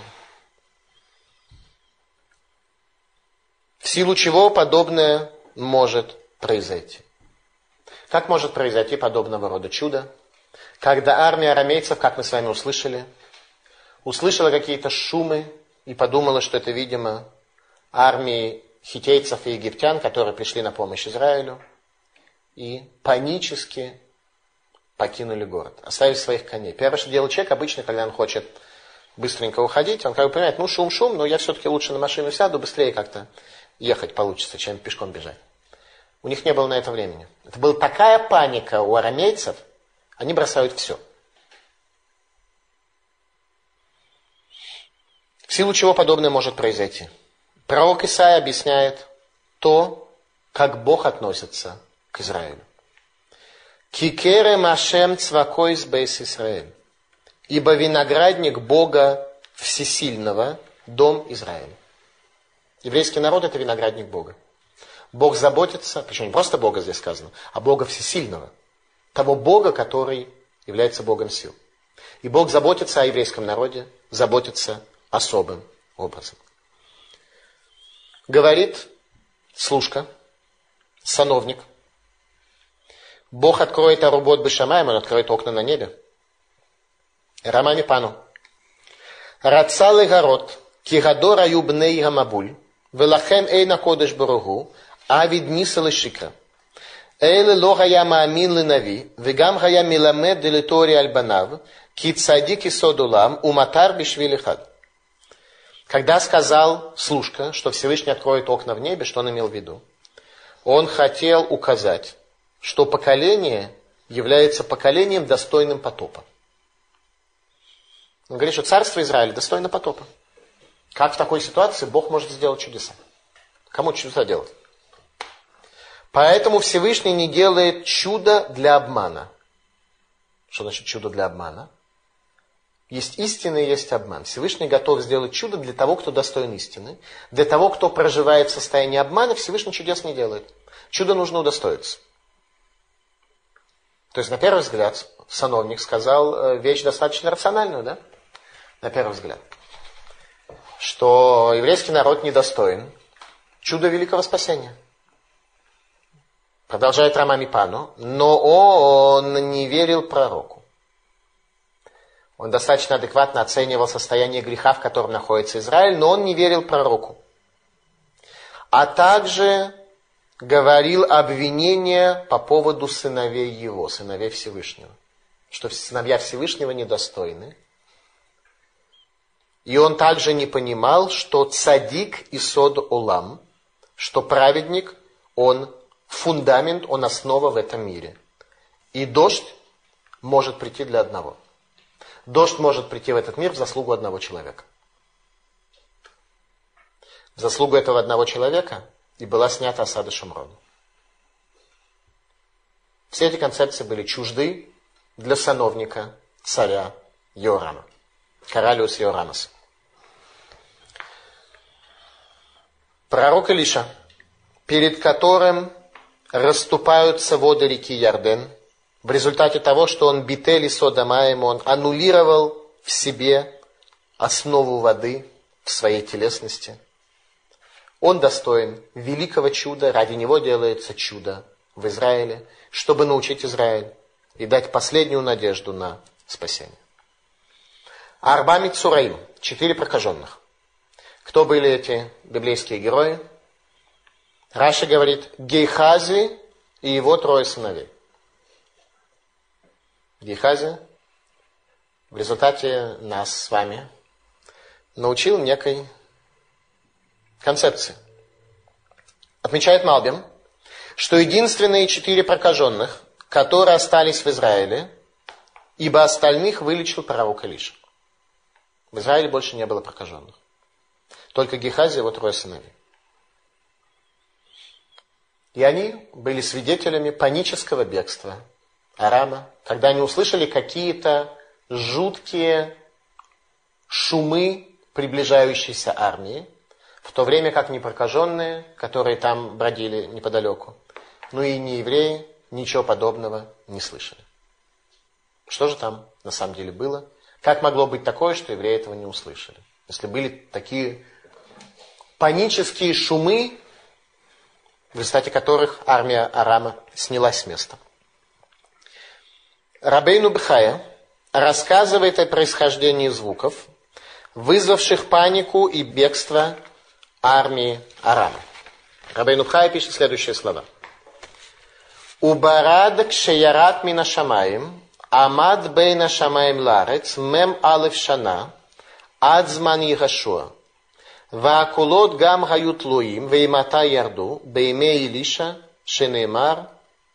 В силу чего подобное может произойти. Как может произойти подобного рода чудо? Когда армия арамейцев, как мы с вами услышали, услышала какие-то шумы и подумала, что это, видимо, армии хиттейцев и египтян, которые пришли на помощь Израилю, и панически покинули город, оставив своих коней. Первое, что делает человек, обычно, когда он хочет быстренько уходить, он как бы понимает, ну шум-шум, но я все-таки лучше на машину сяду, быстрее как-то ехать получится, чем пешком бежать. У них не было на это времени. Это была такая паника у арамейцев, они бросают все. В силу чего подобное может произойти? Пророк Исаия объясняет то, как Бог относится к Израилю. «Кикерем Ашем цвакойс бейс Исраэль», ибо виноградник Бога Всесильного – дом Израиля. Еврейский народ – это виноградник Бога. Бог заботится, причем не просто Бога здесь сказано, а Бога Всесильного. Того Бога, который является Богом сил. И Бог заботится о еврейском народе, заботится особым образом. Говорит служка, сановник. Бог откроет арубот бешамаем, он откроет окна на небе. Рамами пану. Рацал и город, кигадор аюбней гамабуль, велахем эйна кодеш баругу, авид нисал и шикра. Эйле ло гая маамин линави, вегам гая миламед делитори альбанав, ки цадик и содулам, уматар бишвилихад. Когда сказал служка, что Всевышний откроет окна в небе, что он имел в виду? Он хотел указать, что поколение является поколением, достойным потопа. Он говорит, что царство Израиля достойно потопа. Как в такой ситуации Бог может сделать чудеса? Кому чудеса делать? Поэтому Всевышний не делает чудо для обмана. Что значит чудо для обмана? Есть истина и есть обман. Всевышний готов сделать чудо для того, кто достоин истины. Для того, кто проживает в состоянии обмана, Всевышний чудес не делает. Чудо нужно удостоиться. То есть, на первый взгляд, сановник сказал вещь достаточно рациональную, да? На первый взгляд. Что еврейский народ недостоин чуда великого спасения. Продолжает Рама Мипану, но он не верил пророку. Он достаточно адекватно оценивал состояние греха, в котором находится Израиль, но он не верил пророку. А также говорил обвинения по поводу сыновей его, сыновей Всевышнего. Что сыновья Всевышнего недостойны. И он также не понимал, что цадик и сод олам, что праведник, он фундамент, он основа в этом мире. И дождь может прийти для одного. Дождь может прийти в этот мир в заслугу одного человека. В заслугу этого одного человека и была снята осада Шумрона. Все эти концепции были чужды для сановника царя Йорама. Коралиус Йорамас. Пророк Илиша, перед которым расступаются воды реки Ярден, в результате того, что он битель и содамаем, он аннулировал в себе основу воды в своей телесности. Он достоин великого чуда, ради него делается чудо в Израиле, чтобы научить Израиль и дать последнюю надежду на спасение. Арба Мицураим, четыре прокаженных. Кто были эти библейские герои? Раши говорит, Гейхази и его трое сыновей. Гейхази в результате нас с вами научил некой концепции. Отмечает Малбим, что единственные четыре прокаженных, которые остались в Израиле, ибо остальных вылечил пророк Илиша. В Израиле больше не было прокаженных. Только Гейхази и его трое сыновей. И они были свидетелями панического бегства Арама, когда они услышали какие-то жуткие шумы приближающейся армии, в то время как непрокаженные, которые там бродили неподалеку, ну и не евреи, ничего подобного не слышали. Что же там на самом деле было? Как могло быть такое, что евреи этого не услышали? Если были такие панические шумы, в результате которых армия Арама снялась с места. Рабейну Бхая рассказывает о происхождении звуков, вызвавших панику и бегство армии Арама. Рабейну Бхая пишет следующие слова. Убарад кшеярат мина шамаим, амад бейна шамаим ларец, мем алев шана, адзман Егашуа. Ваакулот гам гают лоим, веймата ярду, бейме Илиша, шенемар,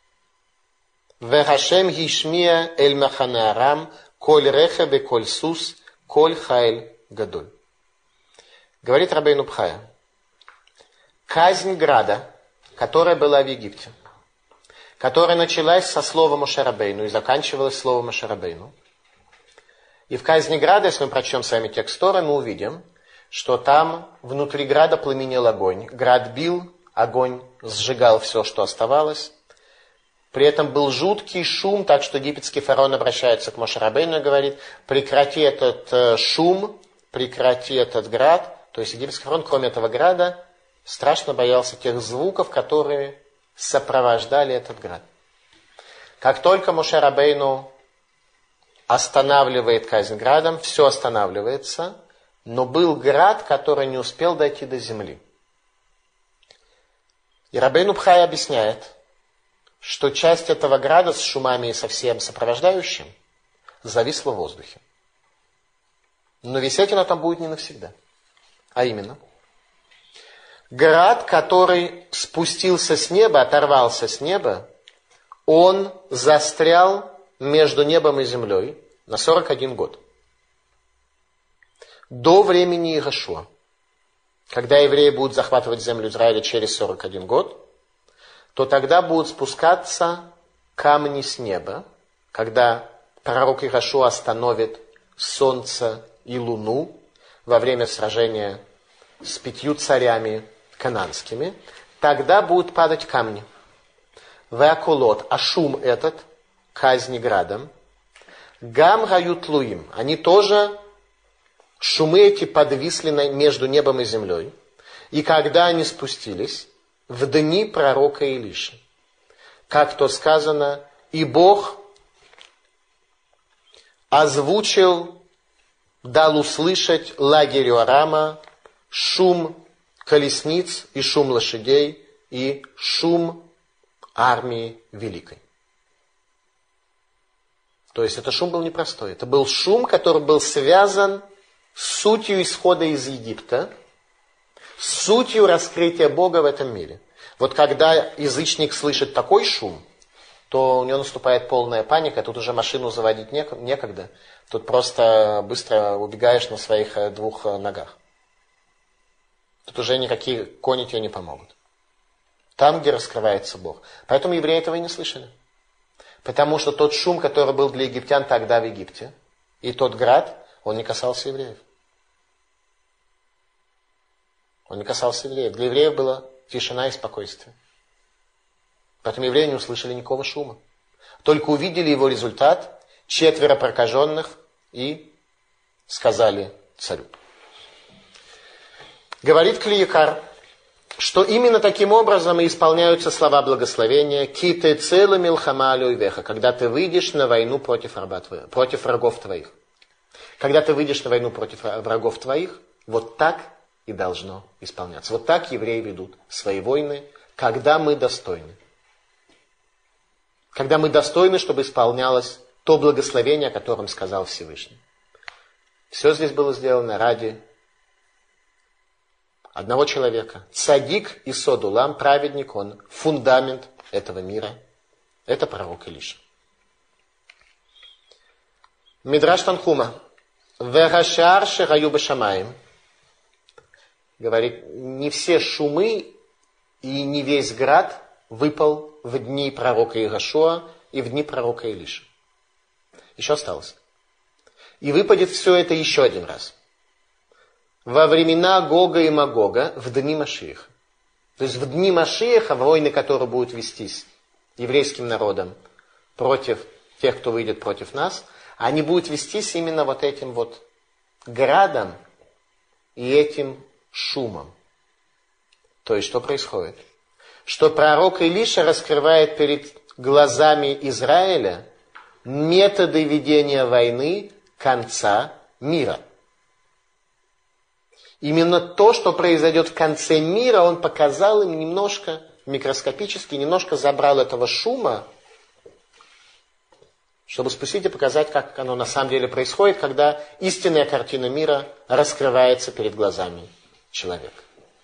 вехашем гишмия эль махане Арам, коль реха бе коль сус, коль хайль гадоль. Говорит Рабейну Бхая, казнь града, которая была в Египте, которая началась со слова Моше Рабейну и заканчивалась словом Моше Рабейну. И в казни града, если мы прочтем с вами текст Торы, мы увидим, что там внутри града пламенел огонь. Град бил, огонь сжигал все, что оставалось. При этом был жуткий шум, так что египетский фараон обращается к Моше Рабейну и говорит, прекрати этот шум, прекрати этот град. То есть египетский фараон, кроме этого града, страшно боялся тех звуков, которые сопровождали этот град. Как только Моше Рабейну останавливает казнь градом, все останавливается, но был град, который не успел дойти до земли. И Рабейну Бхай объясняет, что часть этого града с шумами и со всем сопровождающим зависла в воздухе. Но висеть она там будет не навсегда. А именно, град, который спустился с неба, оторвался с неба, он застрял между небом и землей на сорок один год. До времени Иегошуа. Когда евреи будут захватывать землю Израиля через сорок один год, то тогда будут спускаться камни с неба, когда пророк Иегошуа остановит солнце и луну во время сражения с пятью царями кананскими, тогда будут падать камни. Веакулот, а шум этот, казни градом, гам гают луим, они тоже, шумы эти подвисли между небом и землей, и когда они спустились, в дни пророка Илиши, как то сказано, и Бог озвучил, дал услышать лагерю Арама шум колесниц и шум лошадей и шум армии великой. То есть это шум был непростой. Это был шум, который был связан с сутью исхода из Египта, с сутью раскрытия Бога в этом мире. Вот когда язычник слышит такой шум, то у него наступает полная паника, тут уже машину заводить некогда, тут просто быстро убегаешь на своих двух ногах. Тут уже никакие кони тебе не помогут. Там, где раскрывается Бог. Поэтому евреи этого и не слышали. Потому что тот шум, который был для египтян тогда в Египте, и тот град, он не касался евреев. Он не касался евреев. Для евреев была тишина и спокойствие. Поэтому евреи не услышали никакого шума. Только увидели его результат, четверо прокаженных, и сказали царю. Говорит Клиякар, что именно таким образом и исполняются слова благословения «Ки те цела милхама алюйвеха», когда ты выйдешь на войну против, против врагов твоих. Когда ты выйдешь на войну против врагов твоих, вот так и должно исполняться. Вот так евреи ведут свои войны, когда мы достойны. Когда мы достойны, чтобы исполнялось то благословение, о котором сказал Всевышний. Все здесь было сделано ради одного человека. Цадик и Содулам, праведник, он фундамент этого мира. Это пророк Илиша. Мидраш Танхума. Вегашар шераю бешамаим. Говорит, не все шумы и не весь град выпал в дни пророка Иегошуа и в дни пророка Илиши. Еще осталось. И выпадет все это еще один раз. Во времена Гога и Магога, в дни Машиаха. То есть в дни Машиаха, войны, которые будут вестись еврейским народом против тех, кто выйдет против нас, они будут вестись именно вот этим вот градом и этим шумом. То есть что происходит? Что пророк Илиша раскрывает перед глазами Израиля методы ведения войны конца мира. Именно то, что произойдет в конце мира, он показал им немножко, микроскопически, немножко забрал этого шума, чтобы спустить и показать, как оно на самом деле происходит, когда истинная картина мира раскрывается перед глазами человека.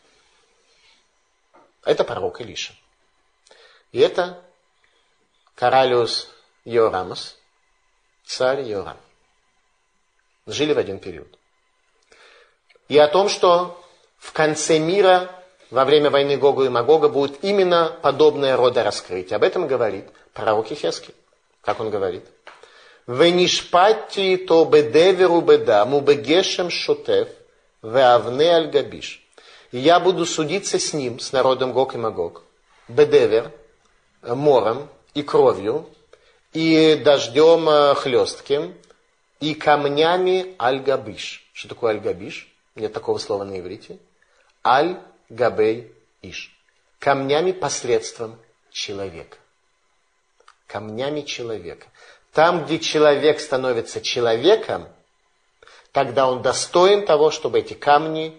Это пророк Илиша. И это Коралиус Йорамос, царь Йорам. Жили в один период. И о том, что в конце мира, во время войны Гога и Магога, будет именно подобное рода раскрытие. Об этом говорит пророк Йехескель. Как он говорит? «Венишпати то бедеверу беда, мубегешем шотев, веавне аль-габиш». И я буду судиться с ним, с народом Гог и Магог, бедевер, мором и кровью, и дождем хлестким, и камнями аль-габиш. Что такое аль-габиш? Нет такого слова на иврите. Аль-габей-иш. Камнями посредством человека. Камнями человека. Там, где человек становится человеком, тогда он достоин того, чтобы эти камни,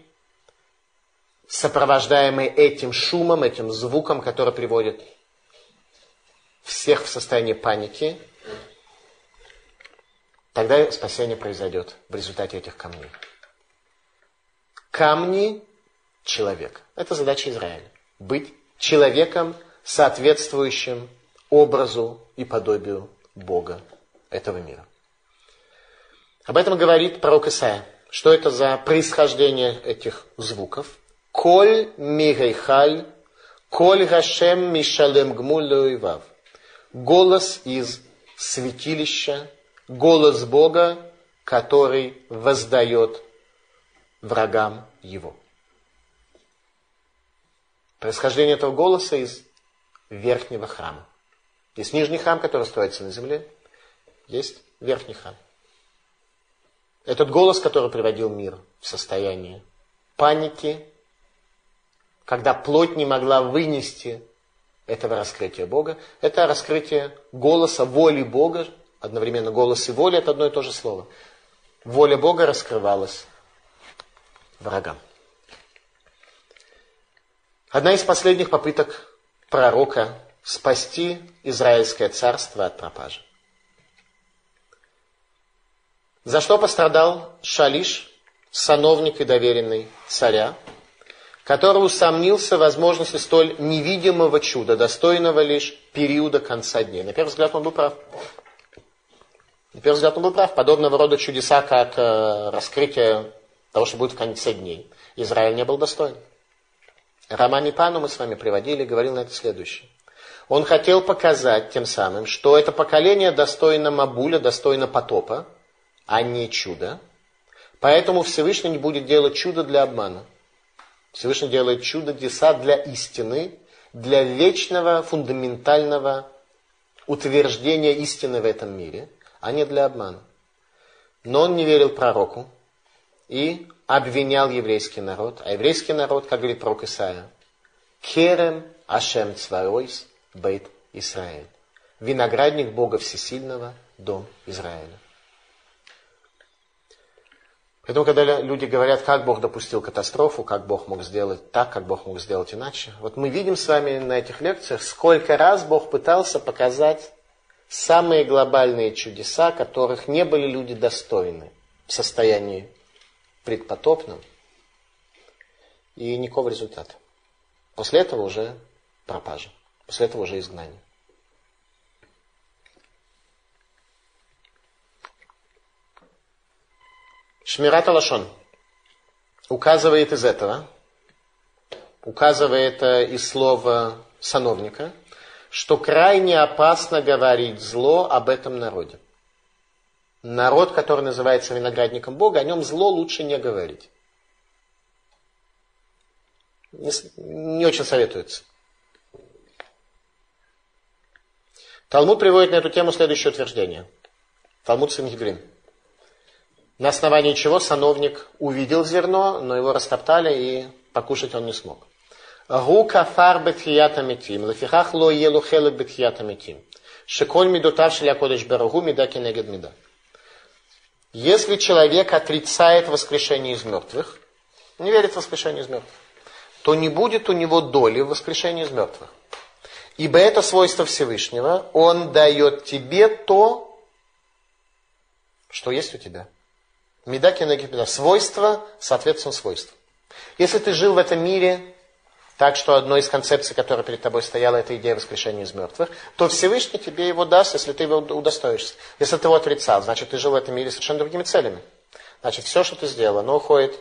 сопровождаемые этим шумом, этим звуком, который приводит всех в состоянии паники, тогда спасение произойдет в результате этих камней. Камни – человек. Это задача Израиля. Быть человеком, соответствующим образу и подобию Бога этого мира. Об этом говорит пророк Исаия. Что это за происхождение этих звуков? Коль мигейхаль, коль гашем мишалем гмуль лоивав. Голос из святилища, голос Бога, который воздает врагам его. Происхождение этого голоса из верхнего храма. Есть нижний храм, который строится на земле, есть верхний храм. Этот голос, который приводил мир в состояние паники, когда плоть не могла вынести этого раскрытия Бога, это раскрытие голоса воли Бога, одновременно голос и воля – это одно и то же слово. Воля Бога раскрывалась врагам. Одна из последних попыток пророка спасти Израильское царство от пропажи. За что пострадал Шалиш, сановник и доверенный царя, который усомнился в возможности столь невидимого чуда, достойного лишь периода конца дней. На первый взгляд он был прав. На первый взгляд он был прав. Подобного рода чудеса, как э, раскрытие того, что будет в конце дней, Израиль не был достоин. Роман Ипану мы с вами приводили, говорил на это следующее. Он хотел показать тем самым, что это поколение достойно Мабуля, достойно потопа, а не чуда. Поэтому Всевышний не будет делать чудо для обмана. Всевышний делает чудо-деса для истины, для вечного, фундаментального утверждения истины в этом мире, а не для обмана. Но он не верил пророку и обвинял еврейский народ. А еврейский народ, как говорит пророк Исаия, «Керем Ашем Цваойс Бейт Исраэль». Виноградник Бога Всесильного, дом Израиля. Поэтому, когда люди говорят, как Бог допустил катастрофу, как Бог мог сделать так, как Бог мог сделать иначе, вот мы видим с вами на этих лекциях, сколько раз Бог пытался показать самые глобальные чудеса, которых не были люди достойны в состоянии предпотопном, и никакого результата. После этого уже пропажа, после этого уже изгнание. Шмират алашон указывает из этого, указывает из слова сановника, что крайне опасно говорить зло об этом народе. Народ, который называется виноградником Бога, о нем зло лучше не говорить. Не, не очень советуется. Талмуд приводит на эту тему следующее утверждение. Талмуд Сангедрин. На основании чего сановник увидел зерно, но его растоптали, и покушать он не смог. Гу кафар бетхията митим, лефихах ло елу хелек бетхията митим, шеколь мидотав шеля кодеш берагу мида кенегед мида. Если человек отрицает воскрешение из мертвых, не верит в воскрешение из мертвых, то не будет у него доли в воскрешении из мертвых. Ибо это свойство Всевышнего, он дает тебе то, что есть у тебя. Мида кенегед мида. Свойство, соответственно, свойству. Если ты жил в этом мире так, что одной из концепций, которая перед тобой стояла, это идея воскрешения из мертвых, то Всевышний тебе его даст, если ты его удостоишься. Если ты его отрицал, значит, ты жил в этом мире совершенно другими целями. Значит, все, что ты сделал, оно уходит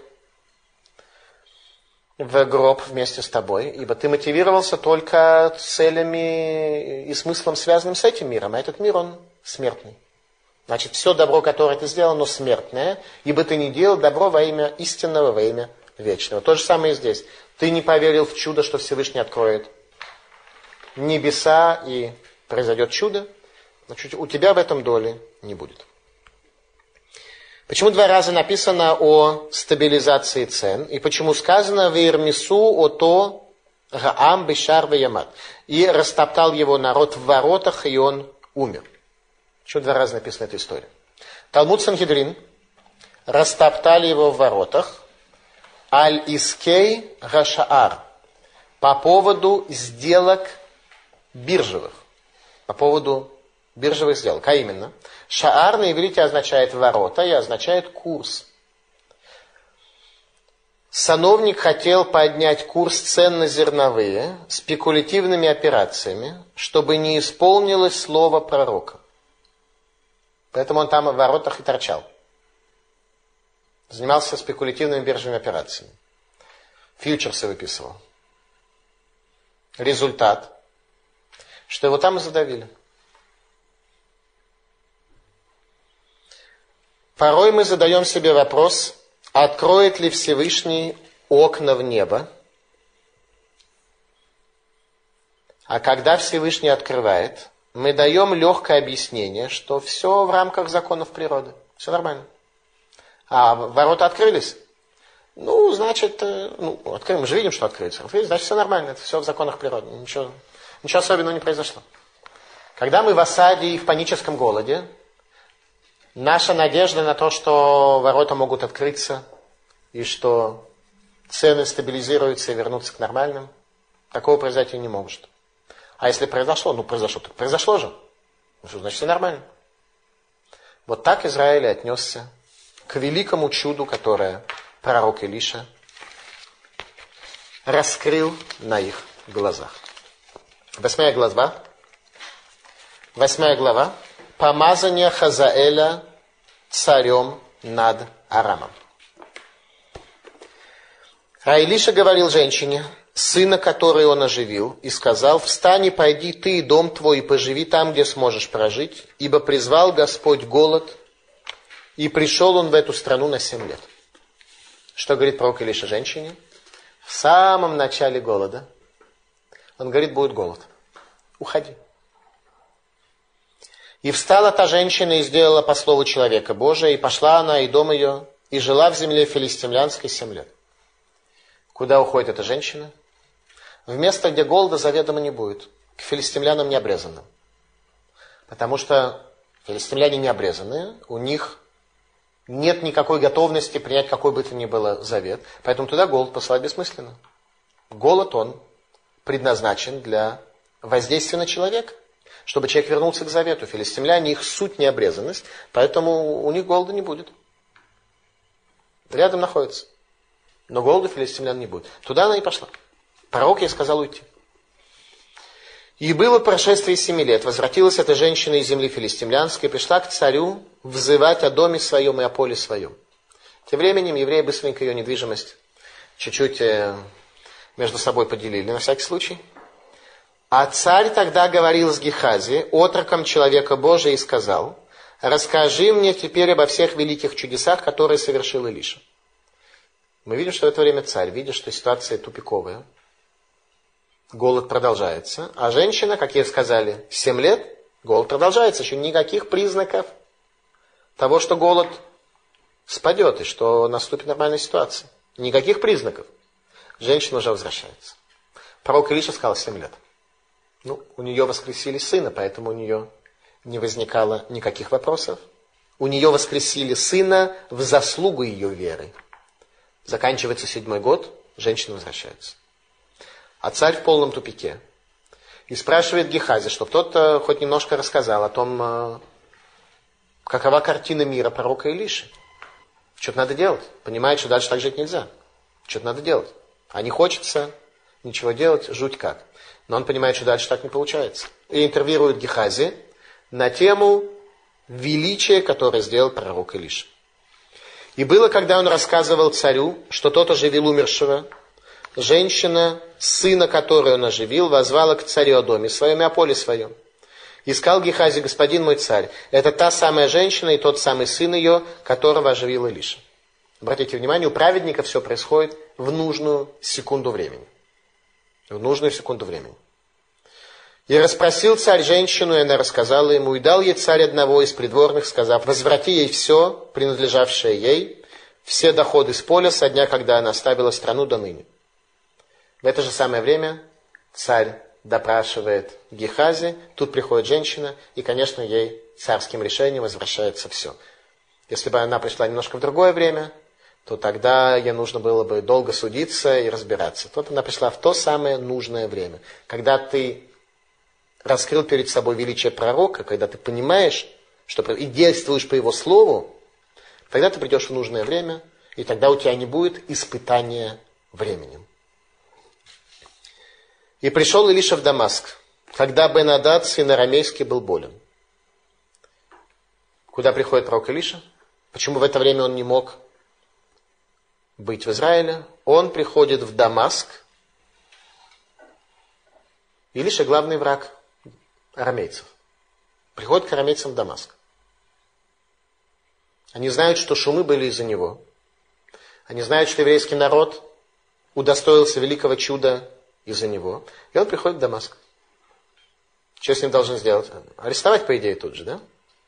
в гроб вместе с тобой, ибо ты мотивировался только целями и смыслом, связанным с этим миром, а этот мир, он смертный. Значит, все добро, которое ты сделал, оно смертное, ибо ты не делал добро во имя истинного, во имя вечного. То же самое и здесь. Ты не поверил в чудо, что Всевышний откроет небеса и произойдет чудо, значит, у тебя в этом доли не будет. Почему два раза написано о стабилизации цен, и почему сказано «Вейрмису ото Гаам бешар веямат», и растоптал его народ в воротах, и он умер. Почему два раза написана эта история? Талмуд Сангедрин, растоптали его в воротах, Аль-Искей Гашаар, по поводу сделок биржевых. по поводу биржевых сделок. А именно, шаар на иврите означает ворота и означает курс. Сановник хотел поднять курс цен на зерновые спекулятивными операциями, чтобы не исполнилось слово пророка. Поэтому он там в воротах и торчал. Занимался спекулятивными биржевыми операциями. Фьючерсы выписывал. Результат, что его там и задавили. Порой мы задаем себе вопрос, откроет ли Всевышний окна в небо? А когда Всевышний открывает, мы даем легкое объяснение, что все в рамках законов природы. Все нормально. А ворота открылись? Ну, значит, ну, открыли, мы же видим, что открылись. Открылись, значит, все нормально. Это все в законах природы. Ничего, ничего особенного не произошло. Когда мы в осаде и в паническом голоде, наша надежда на то, что ворота могут открыться, и что цены стабилизируются и вернутся к нормальным, такого произойти не может. А если произошло, ну произошло, так произошло же. Ну что, значит, все нормально. Вот так Израиль отнесся к великому чуду, которое пророк Илиша раскрыл на их глазах. Восьмая глава. Восьмая глава. Помазание Хазаэля царем над Арамом. А Илиша говорил женщине, сына, который он оживил, и сказал, встань и пойди ты и дом твой, и поживи там, где сможешь прожить, ибо призвал Господь голод, и пришел он в эту страну на семь лет. Что говорит пророк Илиша женщине? В самом начале голода он говорит, будет голод. Уходи. И встала та женщина и сделала по слову человека Божия, и пошла она, и дом ее, и жила в земле филистимлянской семь лет. Куда уходит эта женщина? В место, где голода заведомо не будет. К филистимлянам необрезанным. Потому что филистимляне необрезанные, у них нет никакой готовности принять какой бы то ни было завет. Поэтому туда голод посылать бессмысленно. Голод, он предназначен для воздействия на человека. Чтобы человек вернулся к завету. Филистимляне, их суть необрезанность, поэтому у них голода не будет. Рядом находится. Но голода филистимлян не будет. Туда она и пошла. Пророк ей сказал уйти. И было прошествие семи лет. Возвратилась эта женщина из земли филистимлянской, пришла к царю взывать о доме своем и о поле своем. Тем временем евреи быстренько ее недвижимость чуть-чуть между собой поделили, на всякий случай. А царь тогда говорил с Гехази, отроком человека Божия, и сказал, расскажи мне теперь обо всех великих чудесах, которые совершил Илиша. Мы видим, что в это время царь, видя, что ситуация тупиковая, голод продолжается, а женщина, как ей сказали, семь лет, голод продолжается, еще никаких признаков того, что голод спадет и что наступит нормальная ситуация. Никаких признаков. Женщина уже возвращается. Пророк Илиша сказал семь лет. Ну, у нее воскресили сына, поэтому у нее не возникало никаких вопросов. У нее воскресили сына в заслугу ее веры. Заканчивается седьмой год, женщина возвращается. А царь в полном тупике. И спрашивает Гехази, чтобы тот хоть немножко рассказал о том, какова картина мира пророка Илиши. Что-то надо делать. Понимает, что дальше так жить нельзя. Что-то надо делать. А не хочется ничего делать, жуть как. Но он понимает, что дальше так не получается. И интервьюирует Гехази на тему величия, которое сделал пророк Илиша. И было, когда он рассказывал царю, что тот оживил умершего, женщина, сына, которую он оживил, возвала к царю о доме своем и о поле своем. И сказал Гехази, господин мой царь, это та самая женщина и тот самый сын ее, которого оживил Илиша. Обратите внимание, у праведника все происходит в нужную секунду времени. В нужную секунду времени. И расспросил царь женщину, и она рассказала ему, и дал ей царь одного из придворных, сказав, возврати ей все, принадлежавшее ей, все доходы с поля со дня, когда она оставила страну до ныне. В это же самое время царь допрашивает Гехази, тут приходит женщина, и, конечно, ей царским решением возвращается все. Если бы она пришла немножко в другое время, то тогда ей нужно было бы долго судиться и разбираться. Тут она пришла в то самое нужное время, когда ты раскрыл перед собой величие пророка, когда ты понимаешь, что и действуешь по его слову, тогда ты придешь в нужное время, и тогда у тебя не будет испытания временем. И пришел Илиша в Дамаск, когда Бен-Адад, сын арамейский, был болен. Куда приходит пророк Илиша? Почему в это время он не мог быть в Израиле? Он приходит в Дамаск. Илиша главный враг арамейцев. Приходит к арамейцам в Дамаск. Они знают, что шумы были из-за него. Они знают, что еврейский народ удостоился великого чуда из-за него. И он приходит в Дамаск. Что с ним должны сделать? Арестовать, по идее, тут же, да?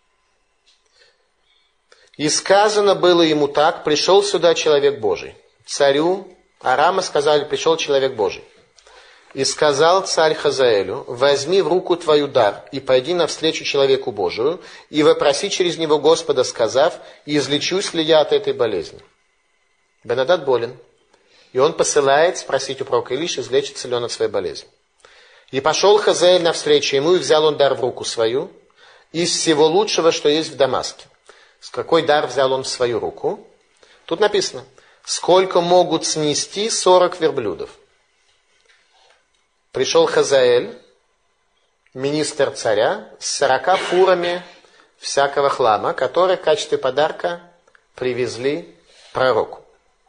И сказано было ему так: пришел сюда человек Божий. Царю Арама сказали: пришел человек Божий. И сказал царь Хазаэлю: возьми в руку твою дар и пойди навстречу человеку Божию, и вопроси через него Господа, сказав: излечусь ли я от этой болезни. Бен-Адад болен. И он посылает спросить у пророка Илиши, излечится ли он от своей болезни. И пошел Хазаэль навстречу ему, и взял он дар в руку свою, из всего лучшего, что есть в Дамаске. С какой дар взял он в свою руку? Тут написано: сколько могут снести сорок верблюдов. Пришел Хазаэль, министр царя, с сорока фурами всякого хлама, которые в качестве подарка привезли пророку.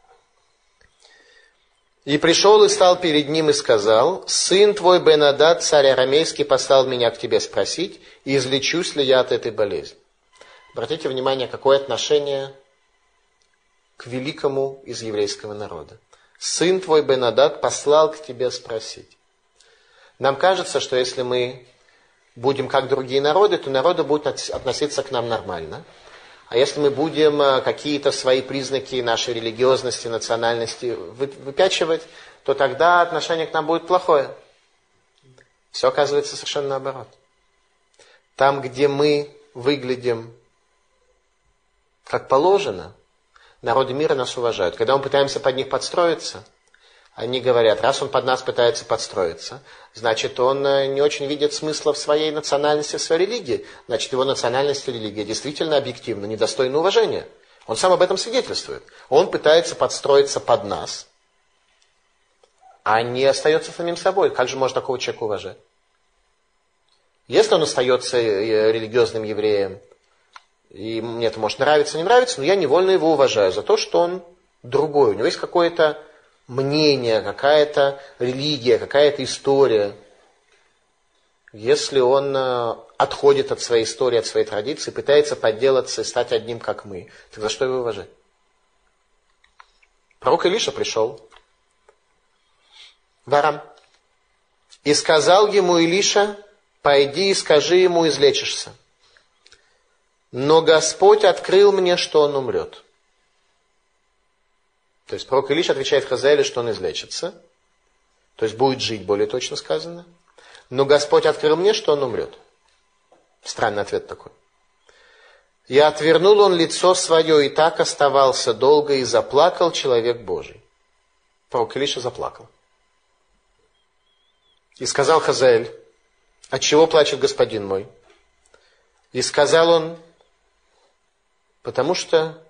И пришел и стал перед ним и сказал: сын твой Бен-Адад, царь арамейский, послал меня к тебе спросить, излечусь ли я от этой болезни. Обратите внимание, какое отношение к великому из еврейского народа. Сын твой Бен-Адад послал к тебе спросить. Нам кажется, что если мы будем как другие народы, то народы будут относиться к нам нормально. А если мы будем какие-то свои признаки нашей религиозности, национальности выпячивать, то тогда отношение к нам будет плохое. Все оказывается совершенно наоборот. Там, где мы выглядим как положено, народы мира нас уважают. Когда мы пытаемся под них подстроиться, они говорят: раз он под нас пытается подстроиться, значит, он не очень видит смысла в своей национальности, в своей религии. Значит, его национальность и религия действительно объективно недостойны уважения. Он сам об этом свидетельствует. Он пытается подстроиться под нас, а не остается самим собой. Как же можно такого человека уважать? Если он остается религиозным евреем, и мне это может нравиться, не нравиться, но я невольно его уважаю за то, что он другой. У него есть какое-то мнение, какая-то религия, какая-то история. Если он отходит от своей истории, от своей традиции, пытается подделаться и стать одним, как мы, тогда что его уважать? Пророк Илиша пришел в Арам. И сказал ему Илиша: пойди и скажи ему, излечишься. Но Господь открыл мне, что он умрет. То есть пророк Илиша отвечает Хазаэлю, что он излечится. То есть будет жить, более точно сказано. Но Господь открыл мне, что он умрет. Странный ответ такой. И отвернул он лицо свое, и так оставался долго, и заплакал человек Божий. Пророк Илиша заплакал. И сказал Хазаэль: отчего плачет господин мой? И сказал он: потому что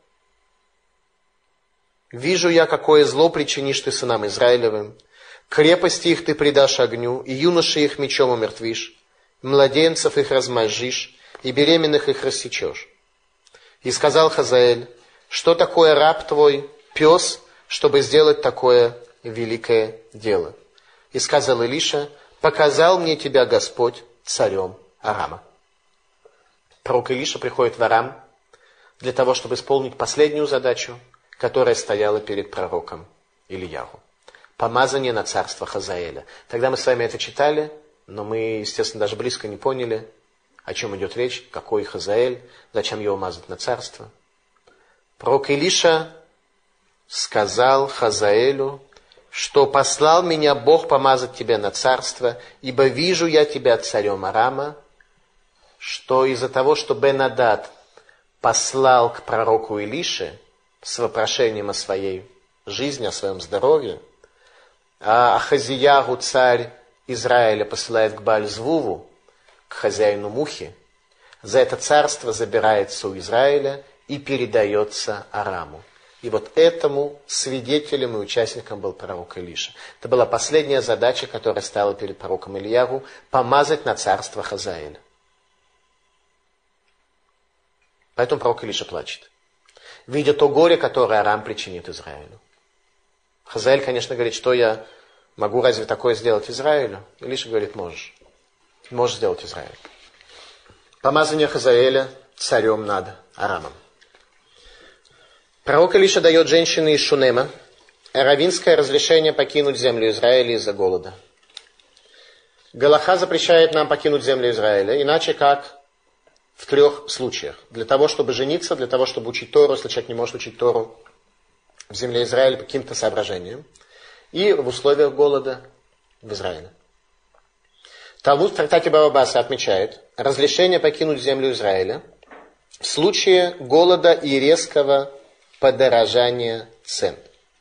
вижу я, какое зло причинишь ты сынам Израилевым. Крепости их ты предашь огню, и юношей их мечом умертвишь, младенцев их размозжишь, и беременных их рассечешь. И сказал Хазаэль: что такое раб твой, пес, чтобы сделать такое великое дело? И сказал Илиша: показал мне тебя Господь царем Арама. Пророк Илиша приходит в Арам для того, чтобы исполнить последнюю задачу, которая стояла перед пророком Ильяху. Помазание на царство Хазаэля. Тогда мы с вами это читали, но мы, естественно, даже близко не поняли, о чем идет речь, какой Хазаэль, зачем его мазать на царство. Пророк Илиша сказал Хазаэлю, что послал меня Бог помазать тебя на царство, ибо вижу я тебя царем Арама, что из-за того, что Бен-Адад послал к пророку Илише с вопрошением о своей жизни, о своем здоровье, а Ахазиягу, царь Израиля, посылает к Бааль-Звуву к хозяину мухи, за это царство забирается у Израиля и передается Араму. И вот этому свидетелем и участником был пророк Илиша. Это была последняя задача, которая стала перед пророком Ильягу, помазать на царство Хазаэля. Поэтому пророк Илиша плачет, видя то горе, которое Арам причинит Израилю. Хазаэль, конечно, говорит, что я могу разве такое сделать Израилю? Илиша говорит, можешь. Можешь сделать Израиль. Помазание Хазаэля царем над Арамом. Пророк Илиша дает женщине из Шунема раввинское разрешение покинуть землю Израиля из-за голода. Галаха запрещает нам покинуть землю Израиля, иначе как в трех случаях. Для того, чтобы жениться, для того, чтобы учить Тору, если человек не может учить Тору в земле Израиля по каким-то соображениям, и в условиях голода в Израиле. Талмуд в трактате Бава Басра отмечает разрешение покинуть землю Израиля в случае голода и резкого подорожания цен.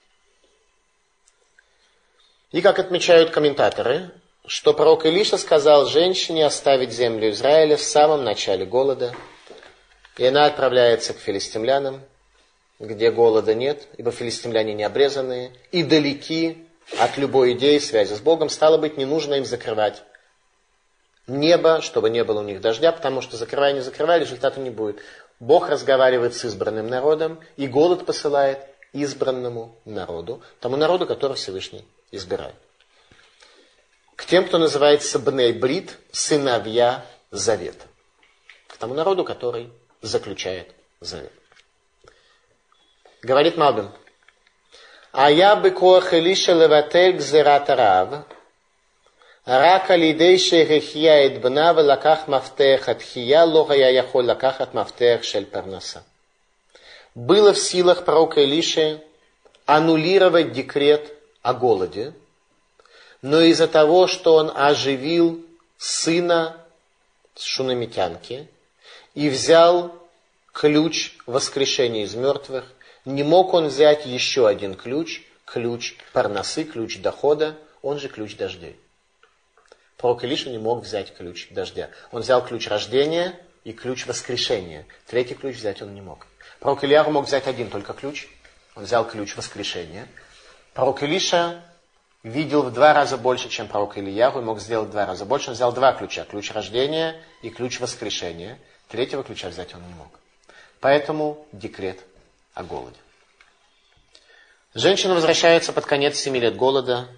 И как отмечают комментаторы, что пророк Илиша сказал женщине оставить землю Израиля в самом начале голода, и она отправляется к филистимлянам, где голода нет, ибо филистимляне не обрезанные, и далеки от любой идеи связи с Богом, стало быть, не нужно им закрывать небо, чтобы не было у них дождя, потому что закрывая, не закрывая, результата не будет. Бог разговаривает с избранным народом, и голод посылает избранному народу, тому народу, который Всевышний избирает. К тем, кто называется Бней Брит, сыновья Завета. К тому народу, который заключает завет. Говорит Малбим. А я бы коах Илиша леватель гзерат Рав, рак алидей шехихия эт бна велаках мафтех от хия лога я яхоль лаках от мафтех шель парнаса. Было в силах пророка Илиши аннулировать декрет о голоде, но из-за того, что он оживил сына шунамитянки и взял ключ воскрешения из мертвых, не мог он взять еще один ключ, ключ парнасы, ключ дохода, он же ключ дождей. Пророк Илиша не мог взять ключ дождя. Он взял ключ рождения и ключ воскрешения. Третий ключ взять он не мог. Пророк Ильягу мог взять один только ключ. Он взял ключ воскрешения. Пророк Илиша видел в два раза больше, чем пророк Ильягу, и мог сделать в два раза больше. Он взял два ключа. Ключ рождения и ключ воскрешения. Третьего ключа взять он не мог. Поэтому декрет о голоде. Женщина возвращается под конец семи лет голода.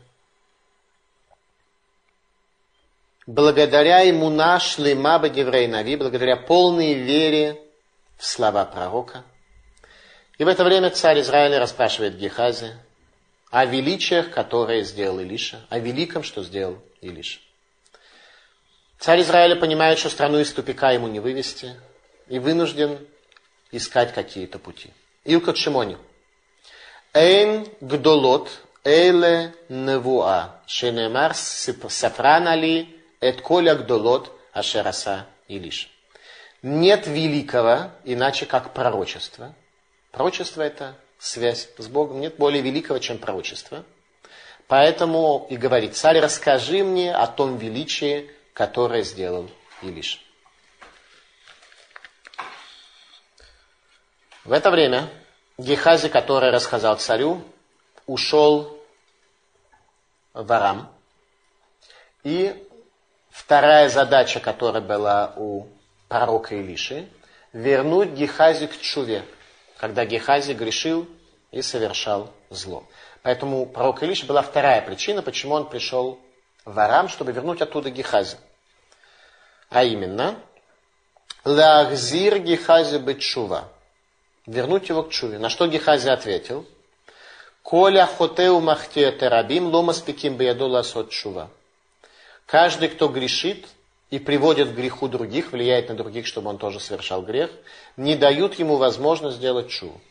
Благодаря ему нашли маба деврей нави, благодаря полной вере в слова пророка. И в это время царь Израиля расспрашивает Гехази о величиях, которые сделал Илиша, о великом, что сделал Илиша. Царь Израиля понимает, что страну из тупика ему не вывести, и вынужден искать какие-то пути. Илкот Шимони. Эйн гдолот эйле невуа, шенемар сафранали эт коля гдолот ашераса Илиша. Нет великого, иначе как пророчество. Пророчество – это связь с Богом. Нет более великого, чем пророчество. Поэтому и говорит царь, расскажи мне о том величии, которое сделал Илиша. В это время Гехази, который рассказал царю, ушел в Арам. И вторая задача, которая была у пророка Илиши, вернуть Гехази к тшуве, когда Гехази грешил и совершал зло. Поэтому у пророка Илиши была вторая причина, почему он пришел в Арам, чтобы вернуть оттуда Гехази. А именно, «Лахзир Гехази бетшува», вернуть его к тшуве. На что Гехази ответил, «Коля хотеу махте терабим ломас пеким биядола сот тшува». Каждый, кто грешит и приводит к греху других, влияет на других, чтобы он тоже совершал грех, не дают ему возможность сделать тшуву.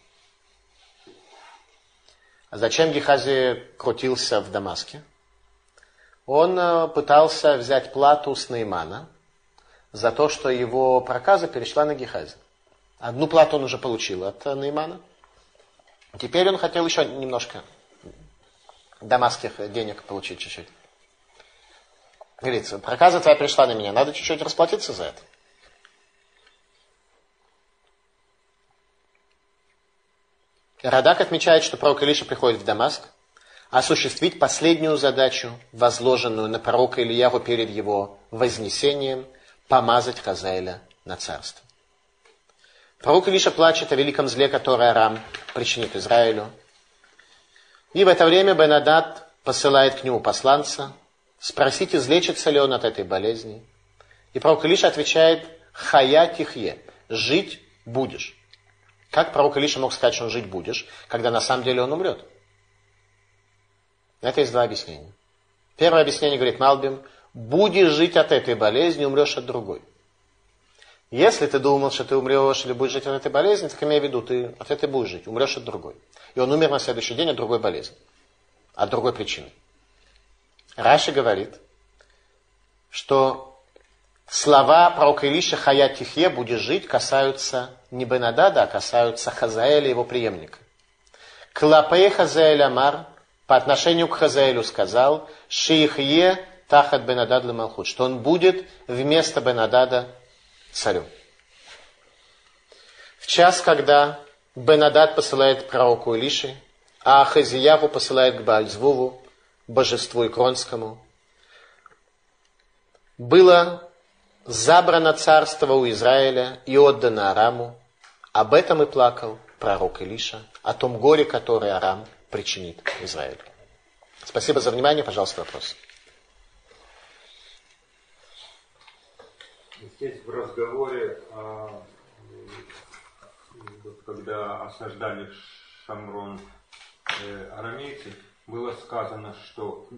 А зачем Гехази крутился в Дамаске? Он пытался взять плату с Наимана за то, что его проказа перешла на Гехази. Одну плату он уже получил от Наимана. Теперь он хотел еще немножко дамасских денег получить чуть-чуть. Говорится, проказа твоя пришла на меня, надо чуть-чуть расплатиться за это. Радак отмечает, что пророк Илиша приходит в Дамаск осуществить последнюю задачу, возложенную на пророка Ильяву перед его вознесением, помазать Хазаэля на царство. Пророк Илиша плачет о великом зле, которое Арам причинит Израилю. И в это время Бен-Адад посылает к нему посланца, спросить, излечится ли он от этой болезни. И пророк Илиша отвечает: «Хая тихье», жить будешь. Как пророк Илиша мог сказать, что он жить будешь, когда на самом деле он умрет? Это есть два объяснения. Первое объяснение говорит Малбим: будешь жить от этой болезни, умрешь от другой. Если ты думал, что ты умрешь или будешь жить от этой болезни, так имей в виду, ты от этой будешь жить, умрешь от другой. И он умер на следующий день от другой болезни, от другой причины. Раши говорит, что слова пророка Илиша «Хая тихье», будешь жить, касаются не Бен-Адада, а касаются Хазаэля, его преемника. Клапей Хазаэль Амар, по отношению к Хазаэлю сказал: «Шиихье тахат Бен-Адад ле-Малхут», что он будет вместо Бен-Адада царем. В час, когда Бен-Адад посылает к пророку Илише, а Ахазияву посылает к Бааль-Звуву, божеству Икронскому, было забрано царство у Израиля и отдано Араму. Об этом и плакал пророк Илиша, о том горе, которое Арам причинит Израилю. Спасибо за внимание. Пожалуйста, вопрос. Здесь в разговоре, когда осаждали Шамрон арамейцы, было сказано, что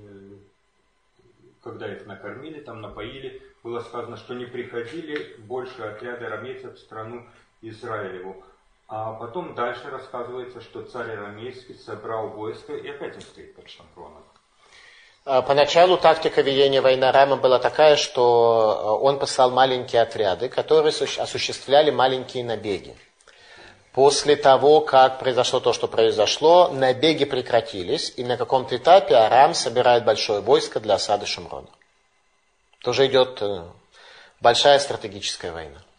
когда их накормили, там напоили, было сказано, что не приходили больше отряды арамейцев в страну Израилеву. А потом дальше рассказывается, что царь арамейский собрал войско и опять он стоит под Шамроном. Поначалу тактика ведения войны Арама была такая, что он послал маленькие отряды, которые осуществляли маленькие набеги. После того, как произошло то, что произошло, набеги прекратились, и на каком-то этапе Арам собирает большое войско для осады Шамрона. Тоже идет большая стратегическая война.